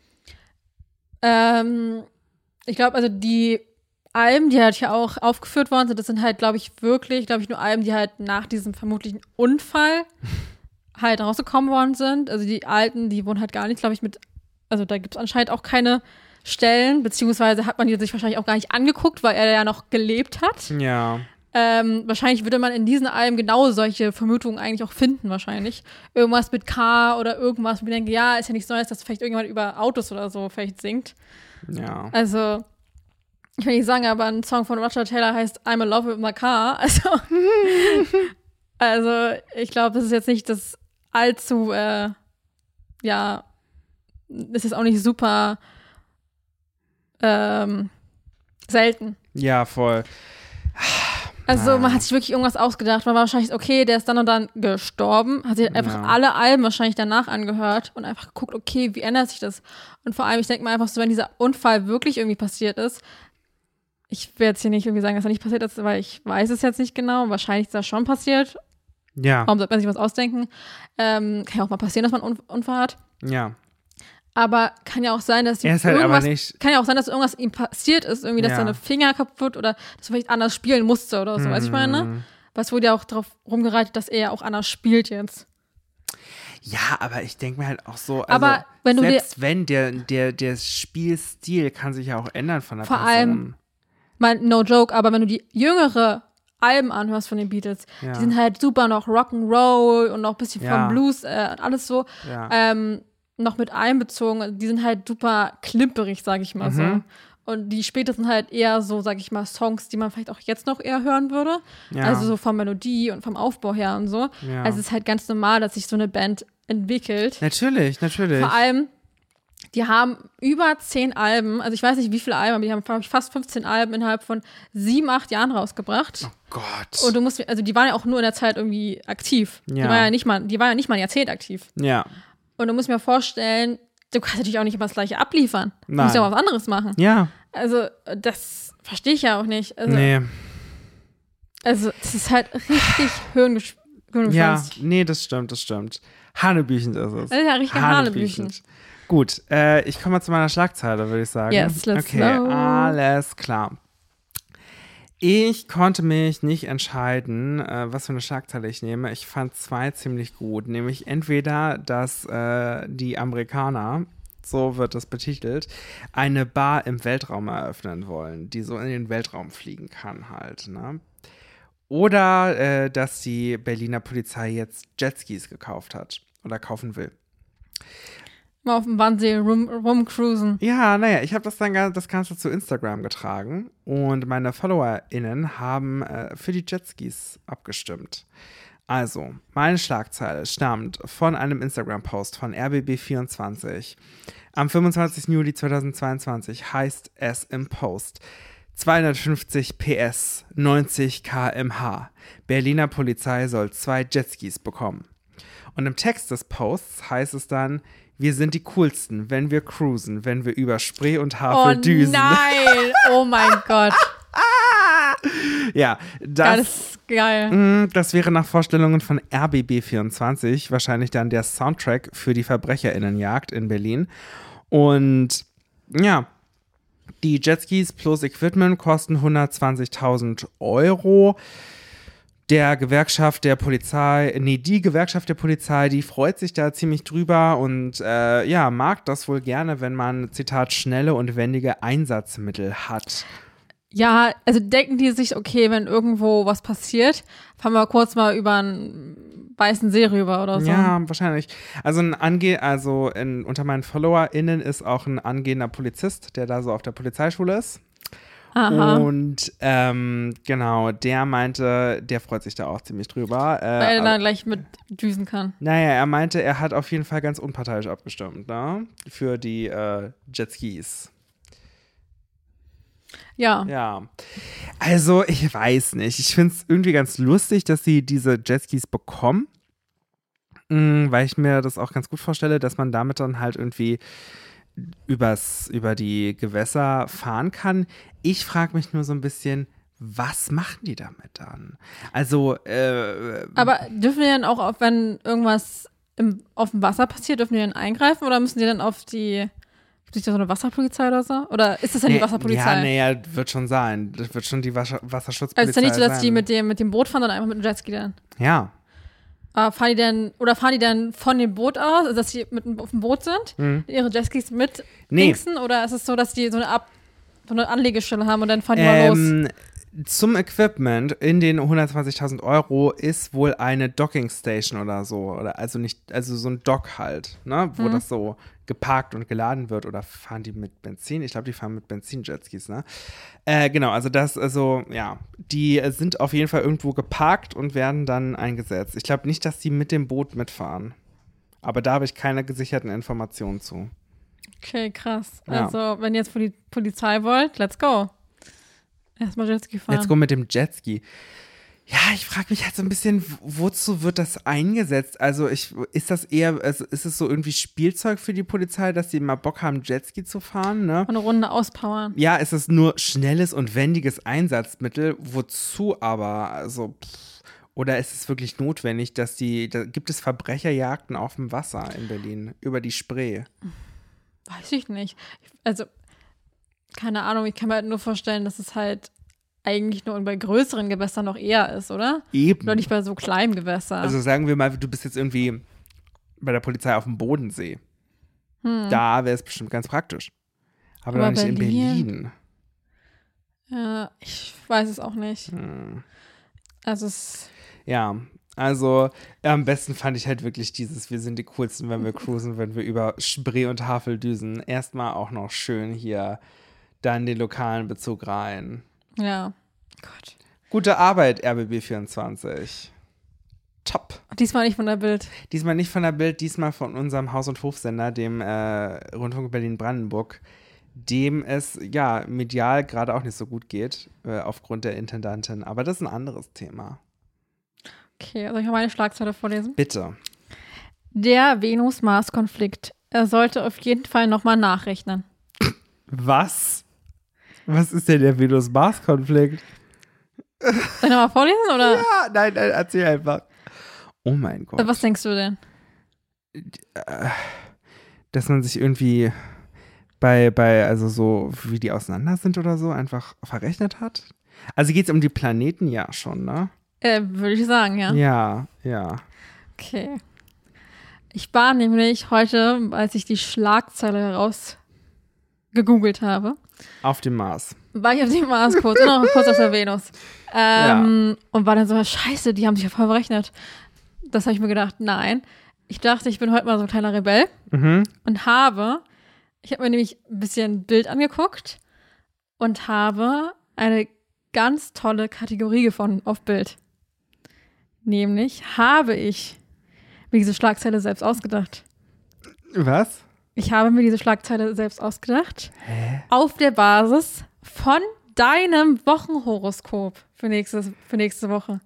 ähm, ich glaube, also die Alben, die halt hier auch aufgeführt worden sind, das sind halt, glaube ich, wirklich, glaube ich, nur Alben, die halt nach diesem vermutlichen Unfall halt rausgekommen worden sind. Also die alten, die wurden halt gar nicht, glaube ich, mit, also da gibt es anscheinend auch keine Stellen, beziehungsweise hat man die sich wahrscheinlich auch gar nicht angeguckt, weil er ja noch gelebt hat. Ja. Ähm, wahrscheinlich würde man in diesen Alben genau solche Vermutungen eigentlich auch finden, wahrscheinlich. Irgendwas mit K oder irgendwas, wo ich denke, ja, ist ja nichts Neues, dass vielleicht irgendjemand über Autos oder so vielleicht singt. Ja. Also, ich will nicht sagen, aber ein Song von Roger Taylor heißt I'm in love with my car. Also, also ich glaube, das ist jetzt nicht das allzu, äh, ja, das ist auch nicht super ähm, selten. Ja, voll. Also Ah. man hat sich wirklich irgendwas ausgedacht. Man war wahrscheinlich, okay, der ist dann und dann gestorben, hat sich einfach Ja. alle Alben wahrscheinlich danach angehört und einfach geguckt, okay, wie ändert sich das? Und vor allem, ich denke mal einfach so, wenn dieser Unfall wirklich irgendwie passiert ist, ich will jetzt hier nicht irgendwie sagen, dass er nicht passiert ist, weil ich weiß es jetzt nicht genau. Wahrscheinlich ist das schon passiert. Ja. Warum sollte man sich was ausdenken? Ähm, kann ja auch mal passieren, dass man einen Unfall hat. Ja. Aber kann ja auch sein, dass Er ist halt irgendwas, aber nicht. kann ja auch sein, dass irgendwas ihm passiert ist, irgendwie, dass Ja. seine Finger kaputt oder dass er vielleicht anders spielen musste oder so, weißt du, ich meine? Mhm. Was wurde ja auch darauf rumgereitet, dass er ja auch anders spielt jetzt. Ja, aber ich denke mir halt auch so, also Aber wenn du selbst wenn, der, der, der Spielstil kann sich ja auch ändern von der Vor Person. allem, mal, no joke, aber wenn du die jüngere Alben anhörst von den Beatles, Ja. die sind halt super noch Rock'n'Roll und noch ein bisschen Ja. von Blues, äh, alles so Ja. ähm, noch mit einbezogen. Die sind halt super klimperig, sag ich mal Mhm. so. Und die später sind halt eher so, sag ich mal, Songs, die man vielleicht auch jetzt noch eher hören würde. Ja. Also so von Melodie und vom Aufbau her und so. Ja. Also es ist halt ganz normal, dass sich so eine Band entwickelt. Natürlich, natürlich. Vor allem, die haben über zehn Alben, also ich weiß nicht, wie viele Alben, aber die haben, glaube ich, fast fünfzehn Alben innerhalb von sieben, acht Jahren rausgebracht. Oh Gott. Und du musst, also die waren ja auch nur in der Zeit irgendwie aktiv. Ja. Die waren ja nicht mal, die waren ja nicht mal ein Jahrzehnt aktiv. Ja. Und du musst mir vorstellen, du kannst natürlich auch nicht immer das Gleiche abliefern. Du Nein. musst ja auch was anderes machen. Ja. Also, das verstehe ich ja auch nicht. Also, Nee. also das ist halt richtig Hirngesch- Ja, Hirngeschweiß. nee, das stimmt, das stimmt. Hanebüchend ist es. Das ist ja richtig Hanebüchen. Gut, äh, ich komme mal zu meiner Schlagzeile, würde ich sagen. Yes, let's okay, go. alles klar. Ich konnte mich nicht entscheiden, äh, was für eine Schlagzeile ich nehme. Ich fand zwei ziemlich gut. Nämlich entweder, dass äh, die Amerikaner, so wird das betitelt, eine Bar im Weltraum eröffnen wollen, die so in den Weltraum fliegen kann halt, ne? Oder, äh, dass die Berliner Polizei jetzt Jetskis gekauft hat oder kaufen will. Mal auf dem Wannsee rum, rumcruisen. Ja, naja, ich habe das dann ga- das Ganze zu Instagram getragen und meine FollowerInnen haben äh, für die Jetskis abgestimmt. Also, meine Schlagzeile stammt von einem Instagram-Post von R B B vierundzwanzig. Am fünfundzwanzigsten Juli zweitausendzweiundzwanzig heißt es im Post: zweihundertfünfzig P S, neunzig Kilometer pro Stunde. Berliner Polizei soll zwei Jetskis bekommen. Und im Text des Posts heißt es dann: Wir sind die Coolsten, wenn wir cruisen, wenn wir über Spree und Havel Oh düsen. nein! Oh mein Gott. Ja, Ja, das, das ist geil. mh, das wäre nach Vorstellungen von R B B vierundzwanzig wahrscheinlich dann der Soundtrack für die VerbrecherInnenjagd in Berlin. Und ja, die Jetskis plus Equipment kosten hundertzwanzigtausend Euro. Der Gewerkschaft der Polizei, nee, die Gewerkschaft der Polizei, die freut sich da ziemlich drüber und äh, ja, mag das wohl gerne, wenn man, Zitat, schnelle und wendige Einsatzmittel hat. Ja, also denken die sich, okay, wenn irgendwo was passiert, fahren wir kurz mal über einen weißen See rüber oder so. Ja, wahrscheinlich. Also ein Ange also in, unter meinen FollowerInnen ist auch ein angehender Polizist, der da so auf der Polizeischule ist. Aha. Und ähm, genau, der meinte, der freut sich da auch ziemlich drüber. Äh, Weil er aber- dann gleich mit düsen kann. Naja, er meinte, er hat auf jeden Fall ganz unparteiisch abgestimmt, ne? Für die äh, Jetskis. Ja. Ja. Also, ich weiß nicht. Ich finde es irgendwie ganz lustig, dass sie diese Jetskis bekommen. Mm, weil ich mir das auch ganz gut vorstelle, dass man damit dann halt irgendwie übers, über die Gewässer fahren kann. Ich frage mich nur so ein bisschen, was machen die damit dann? Also, äh, Aber dürfen die dann auch, auf, wenn irgendwas im, auf dem Wasser passiert, dürfen die dann eingreifen oder müssen die dann auf die, gibt es da so eine Wasserpolizei oder so? Oder ist das dann die nee, Wasserpolizei? Ja, naja, wird schon sein. Das wird schon die Wasser Wasserschutzpolizei Also ist ja nicht so, dass sein. die mit dem, mit dem Boot fahren, sondern einfach mit dem Jetski dann. Ja. Aber fahren die denn, oder fahren die dann von dem Boot aus, also dass die mit dem- auf dem Boot sind, Mhm. ihre Jetskis mit Nee. dingsen, oder ist es so, dass die so eine, Ab so eine Anlegestelle haben und dann fahren die mal los? Ähm, zum Equipment in den hundertzwanzigtausend Euro ist wohl eine Docking Station oder so. Oder also nicht, also so ein Dock halt, ne? Wo Mhm. das so geparkt und geladen wird. Oder fahren die mit Benzin? Ich glaube, die fahren mit Benzin-Jetskis, ne? Äh, genau, also das, also, ja, die sind auf jeden Fall irgendwo geparkt und werden dann eingesetzt. Ich glaube nicht, dass die mit dem Boot mitfahren. Aber da habe ich keine gesicherten Informationen zu. Okay, krass. Ja. Also, wenn ihr jetzt Poli Polizei wollt, let's go. Erstmal Jetski fahren. Let's go mit dem Jetski. Ja, ich frage mich halt so ein bisschen, wozu wird das eingesetzt? Also ich, ist das eher, also ist es so irgendwie Spielzeug für die Polizei, dass die mal Bock haben, Jetski zu fahren, ne? Eine Runde auspowern. Ja, ist es nur schnelles und wendiges Einsatzmittel? Wozu aber? Also, pff, oder ist es wirklich notwendig, dass die, da gibt es Verbrecherjagden auf dem Wasser in Berlin, über die Spree? Weiß ich nicht. Also, keine Ahnung, ich kann mir halt nur vorstellen, dass es halt eigentlich nur bei größeren Gewässern noch eher ist, oder? Eben. Oder nicht bei so kleinen Gewässern. Also sagen wir mal, du bist jetzt irgendwie bei der Polizei auf dem Bodensee. Hm. Da wäre es bestimmt ganz praktisch. Aber, Aber doch nicht Berlin? in Berlin. Ja, ich weiß es auch nicht. Hm. Also es Ja, also ja, am besten fand ich halt wirklich dieses, wir sind die coolsten, wenn wir cruisen, wenn wir über Spree und Havel düsen. Erstmal auch noch schön hier dann den lokalen Bezug rein. ja. Gott. Gute Arbeit, R B B vierundzwanzig. Top. Diesmal nicht von der Bild. Diesmal nicht von der Bild, diesmal von unserem Haus- und Hofsender, dem äh, Rundfunk Berlin-Brandenburg, dem es ja medial gerade auch nicht so gut geht, äh, aufgrund der Intendantin. Aber das ist ein anderes Thema. Okay, soll ich mal meine Schlagzeile vorlesen? Bitte. Der Venus-Mars-Konflikt. Er sollte auf jeden Fall nochmal nachrechnen. Was? Was ist denn der Venus-Mars-Konflikt? Soll ich nochmal vorlesen, oder? Ja, nein, nein, erzähl einfach. Oh mein Gott. Was denkst du denn? Dass man sich irgendwie bei, bei, also so, wie die auseinander sind oder so, einfach verrechnet hat? Also geht es um die Planeten? Ja, schon, ne? Äh, würde ich sagen, ja. Ja, ja. Okay. Ich war nämlich heute, als ich die Schlagzeile heraus gegoogelt habe, Auf dem Mars. war ich auf dem Mars kurz und auch kurz auf der Venus. Ähm, ja. Und war dann so, scheiße, die haben sich ja voll berechnet. Das habe ich mir gedacht, nein. Ich dachte, ich bin heute mal so ein kleiner Rebell Mhm. und habe, ich habe mir nämlich ein bisschen Bild angeguckt und habe eine ganz tolle Kategorie gefunden auf Bild. Nämlich habe ich mir diese Schlagzeile selbst ausgedacht. Was? Ich habe mir diese Schlagzeile selbst ausgedacht. Hä? Auf der Basis von deinem Wochenhoroskop für nächste, für nächste Woche.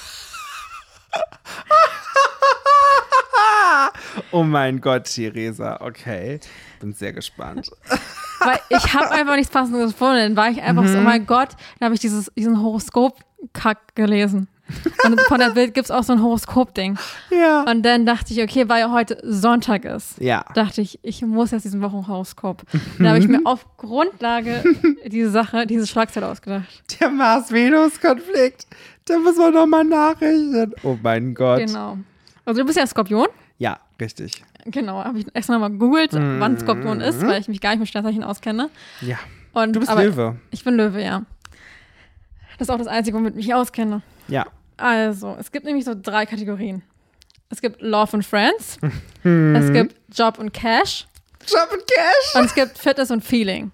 Oh mein Gott, Theresa, okay. Bin sehr gespannt. Weil ich habe einfach nichts Passendes gefunden. Dann war ich einfach Mhm. so, oh mein Gott, dann habe ich dieses, diesen Horoskop-Kack gelesen. Und von der Bild gibt es auch so ein Horoskop-Ding. Ja. Und dann dachte ich, okay, weil ja heute Sonntag ist, Ja. dachte ich, ich muss jetzt diesen Wochenhoroskop. Dann habe ich mir auf Grundlage diese Sache, diese Schlagzeile ausgedacht. Der Mars-Venus-Konflikt. Da muss man doch mal nachrechnen. Oh mein Gott. Genau. Also du bist ja Skorpion. Ja, richtig. Genau, habe ich extra nochmal gegoogelt, Mhm. wann Skorpion ist, weil ich mich gar nicht mit Sternzeichen auskenne. Ja. Und, Du bist aber Löwe. Ich bin Löwe, ja. Das ist auch das Einzige, womit ich mich auskenne. Ja. Also, es gibt nämlich so drei Kategorien. Es gibt Love and Friends, Mhm. es gibt Job und Cash Job und Cash. und es gibt Fitness und Feeling.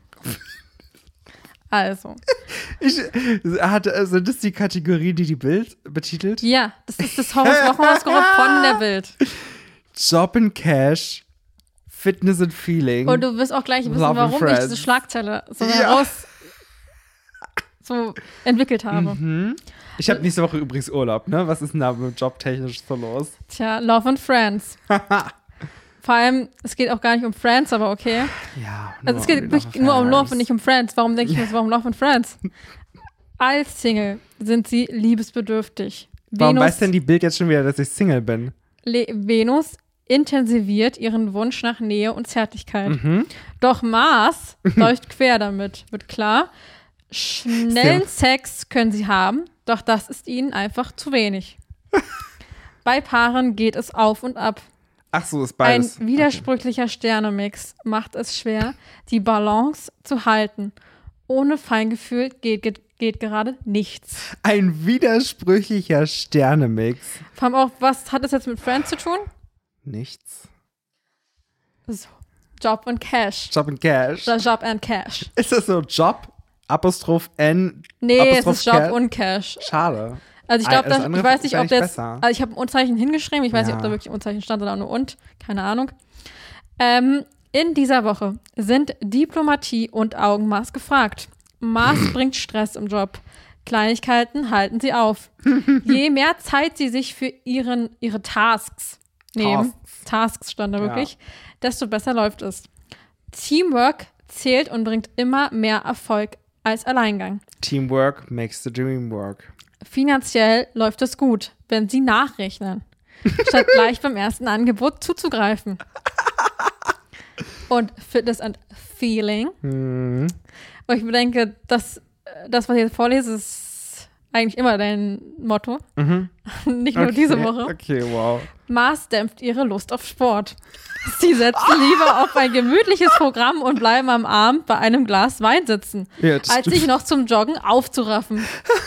Also, Ich, hat, also das ist die Kategorie, die die Bild betitelt? ja, das ist das Horos- Wochenhoroskop von der Bild. Job and Cash, Fitness and Feeling. Und du wirst auch gleich wissen, Love and warum ich Friends. diese Schlagzeile so Ja. heraus so entwickelt habe. Mhm. Ich habe nächste Woche übrigens Urlaub, ne? Was ist denn da mit jobtechnisch so los? Tja, Love and Friends. Vor allem, es geht auch gar nicht um Friends, aber okay. Ja. Also es geht die wirklich Love nur um Love Affairs. und nicht um Friends. Warum denke ich mir, warum Love and Friends? Als Single sind sie liebesbedürftig. Warum Venus, weiß denn die Bild jetzt schon wieder, dass ich Single bin? Le Venus intensiviert ihren Wunsch nach Nähe und Zärtlichkeit. Mhm. Doch Mars läuft quer damit, wird klar. Schnellen Sex können sie haben, doch das ist ihnen einfach zu wenig. Bei Paaren geht es auf und ab. Ach so, ist Ein beides. widersprüchlicher Sternemix macht es schwer, die Balance zu halten. Ohne Feingefühl geht, geht, geht gerade nichts. Ein widersprüchlicher Sternemix. Vor allem auch, was hat das jetzt mit Friends zu tun? Nichts. So, Job und Cash. Job and Cash. Oder Job and Cash. Ist das so Job, Apostroph N, Nee, Apostroph es ist Job Cash? und Cash. Schade. Also ich Ah, glaube, das ich andere weiß ist nicht, ob eigentlich das, besser. also ich habe ein Unzeichen hingeschrieben, ich weiß nicht, ob Ja. da wirklich ein Unzeichen stand oder nur und, keine Ahnung. Ähm, in dieser Woche sind Diplomatie und Augenmaß gefragt. Mars bringt Stress im Job. Kleinigkeiten halten sie auf. Je mehr Zeit sie sich für ihren, ihre Tasks nehmen, Tasks. Tasks stand da Ja. wirklich, desto besser läuft es. Teamwork zählt und bringt immer mehr Erfolg als Alleingang. Teamwork makes the dream work. Finanziell läuft es gut, wenn sie nachrechnen, statt gleich beim ersten Angebot zuzugreifen. Und Fitness and Feeling. Hm. Wo ich mir denke, das, das, was ich jetzt vorlese, ist eigentlich immer dein Motto. Mhm. Nicht nur Okay, diese Woche. Okay, wow. Mars dämpft ihre Lust auf Sport. Sie setzen lieber auf ein gemütliches Programm und bleiben am Abend bei einem Glas Wein sitzen, Ja, das als stimmt. sich noch zum Joggen aufzuraffen.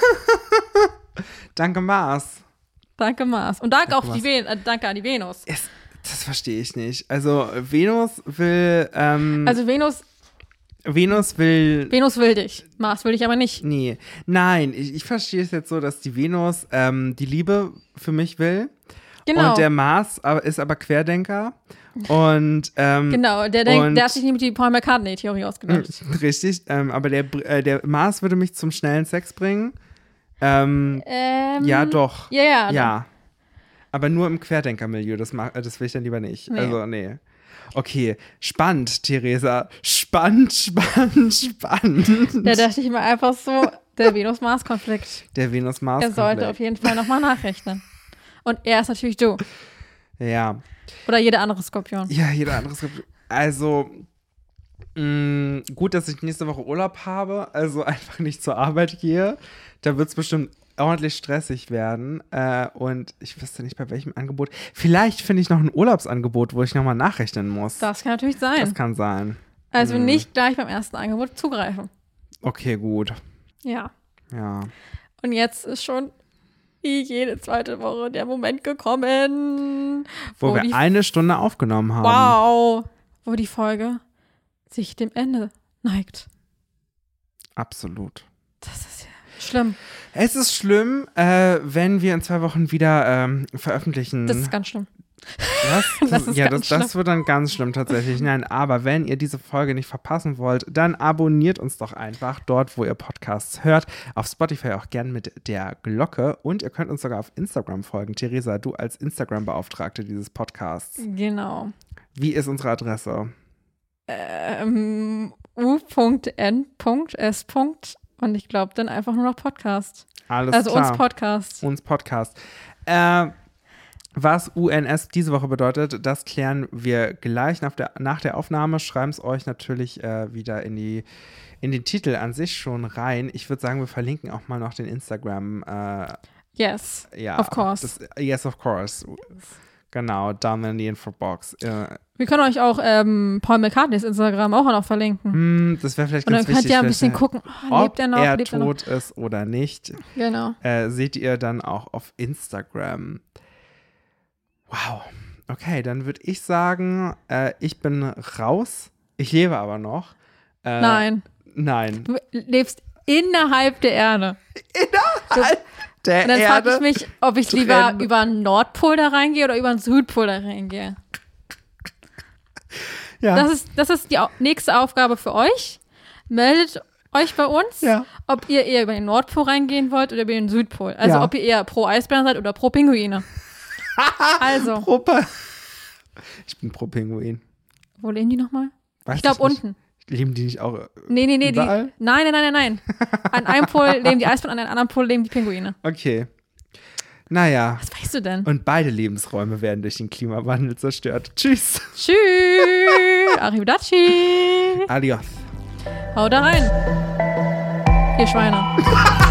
Danke, Mars. Danke, Mars. Und danke, Danke, auch die Ven äh, danke an die Venus. Es, das verstehe ich nicht. Also, Venus will, ähm, Also Venus, Venus will, Venus will dich. Mars will dich aber nicht. nee, nein, ich, ich verstehe es jetzt so, dass die Venus ähm, die Liebe für mich will. Genau. Und der Mars aber, ist aber Querdenker. Und, ähm, Genau, der, denkt, und- der hat sich nämlich die Paul McCartney-Theorie ausgedacht. Richtig, ähm, aber der, äh, der Mars würde mich zum schnellen Sex bringen. Ähm, Ähm, ja, doch. Ja, ja. Ja. Aber nur im Querdenkermilieu, das, mach, das will ich dann lieber nicht. Nee. Also, nee. Okay, spannend, Theresa. Spannend, spannend, spannend. Da dachte ich mir einfach so, der Venus-Mars-Konflikt. Der Venus-Mars. Er sollte auf jeden Fall nochmal nachrechnen. Und er ist natürlich du. Ja. Oder jeder andere Skorpion. Ja, jeder andere Skript. Also, mh, gut, dass ich nächste Woche Urlaub habe, also einfach nicht zur Arbeit gehe. Da wird es bestimmt ordentlich stressig werden. Äh, und ich wüsste nicht, bei welchem Angebot. Vielleicht finde ich noch ein Urlaubsangebot, wo ich nochmal nachrechnen muss. Das kann natürlich sein. Das kann sein. Also Hm. nicht gleich beim ersten Angebot zugreifen. Okay, gut. Ja. Ja. Und jetzt ist schon wie jede zweite Woche der Moment gekommen, Wo, wo wir die, eine Stunde aufgenommen haben. wow, wo die Folge sich dem Ende neigt. Absolut. Das ist ja schlimm. Es ist schlimm, äh, wenn wir in zwei Wochen wieder ähm, veröffentlichen. Das ist ganz schlimm. Was? Das ist ja, ganz das, das wird dann ganz schlimm tatsächlich. Nein, aber wenn ihr diese Folge nicht verpassen wollt, dann abonniert uns doch einfach dort, wo ihr Podcasts hört. Auf Spotify auch gern mit der Glocke. Und ihr könnt uns sogar auf Instagram folgen. Theresa, du als Instagram-Beauftragte dieses Podcasts. Genau. Wie ist unsere Adresse? Ähm, u N S. Und ich glaube dann einfach nur noch Podcast. Alles Also klar. uns Podcast. Uns Podcast. Äh, was U N S diese Woche bedeutet, das klären wir gleich nach der, nach der Aufnahme. Schreiben es euch natürlich äh, wieder in, die, in den Titel an sich schon rein. Ich würde sagen, wir verlinken auch mal noch den Instagram. Äh, Yes, ja, of course. Das, yes, of course. Genau, down in the Infobox. Äh, Wir können euch auch ähm, Paul McCartneys Instagram auch noch verlinken. hm, das wäre vielleicht Und dann ganz könnt wichtig. ihr ein bisschen vielleicht, gucken, oh, ob lebt er noch, er lebt er noch. tot ist oder nicht. Genau. Äh, seht ihr dann auch auf Instagram. Wow. Okay, dann würde ich sagen, äh, ich bin raus. Ich lebe aber noch. Äh, Nein, Nein. du lebst innerhalb der Erde. Innerhalb der Und dann frage Erde. ich mich, ob ich lieber drin. über den Nordpol da reingehe oder über den Südpol da reingehe. ja. Das ist, das ist die au- nächste Aufgabe für euch. Meldet euch bei uns, Ja. ob ihr eher über den Nordpol reingehen wollt oder über den Südpol. Also Ja. ob ihr eher pro Eisbären seid oder pro Pinguine. Also, pro Pa- Ich bin pro Pinguin. wo leben die nochmal? Weiß Ich glaube nicht. unten. Leben die nicht auch äh, Nee, nee, nee. Die, überall? nein, nein, nein, nein, nein. An einem Pol leben die Eisbären, an einem anderen Pol leben die Pinguine. Okay. Naja. Was weißt du denn? Und beide Lebensräume werden durch den Klimawandel zerstört. Tschüss. Tschüss. Arrivederci. Adios. Hau da rein. Ihr Schweine.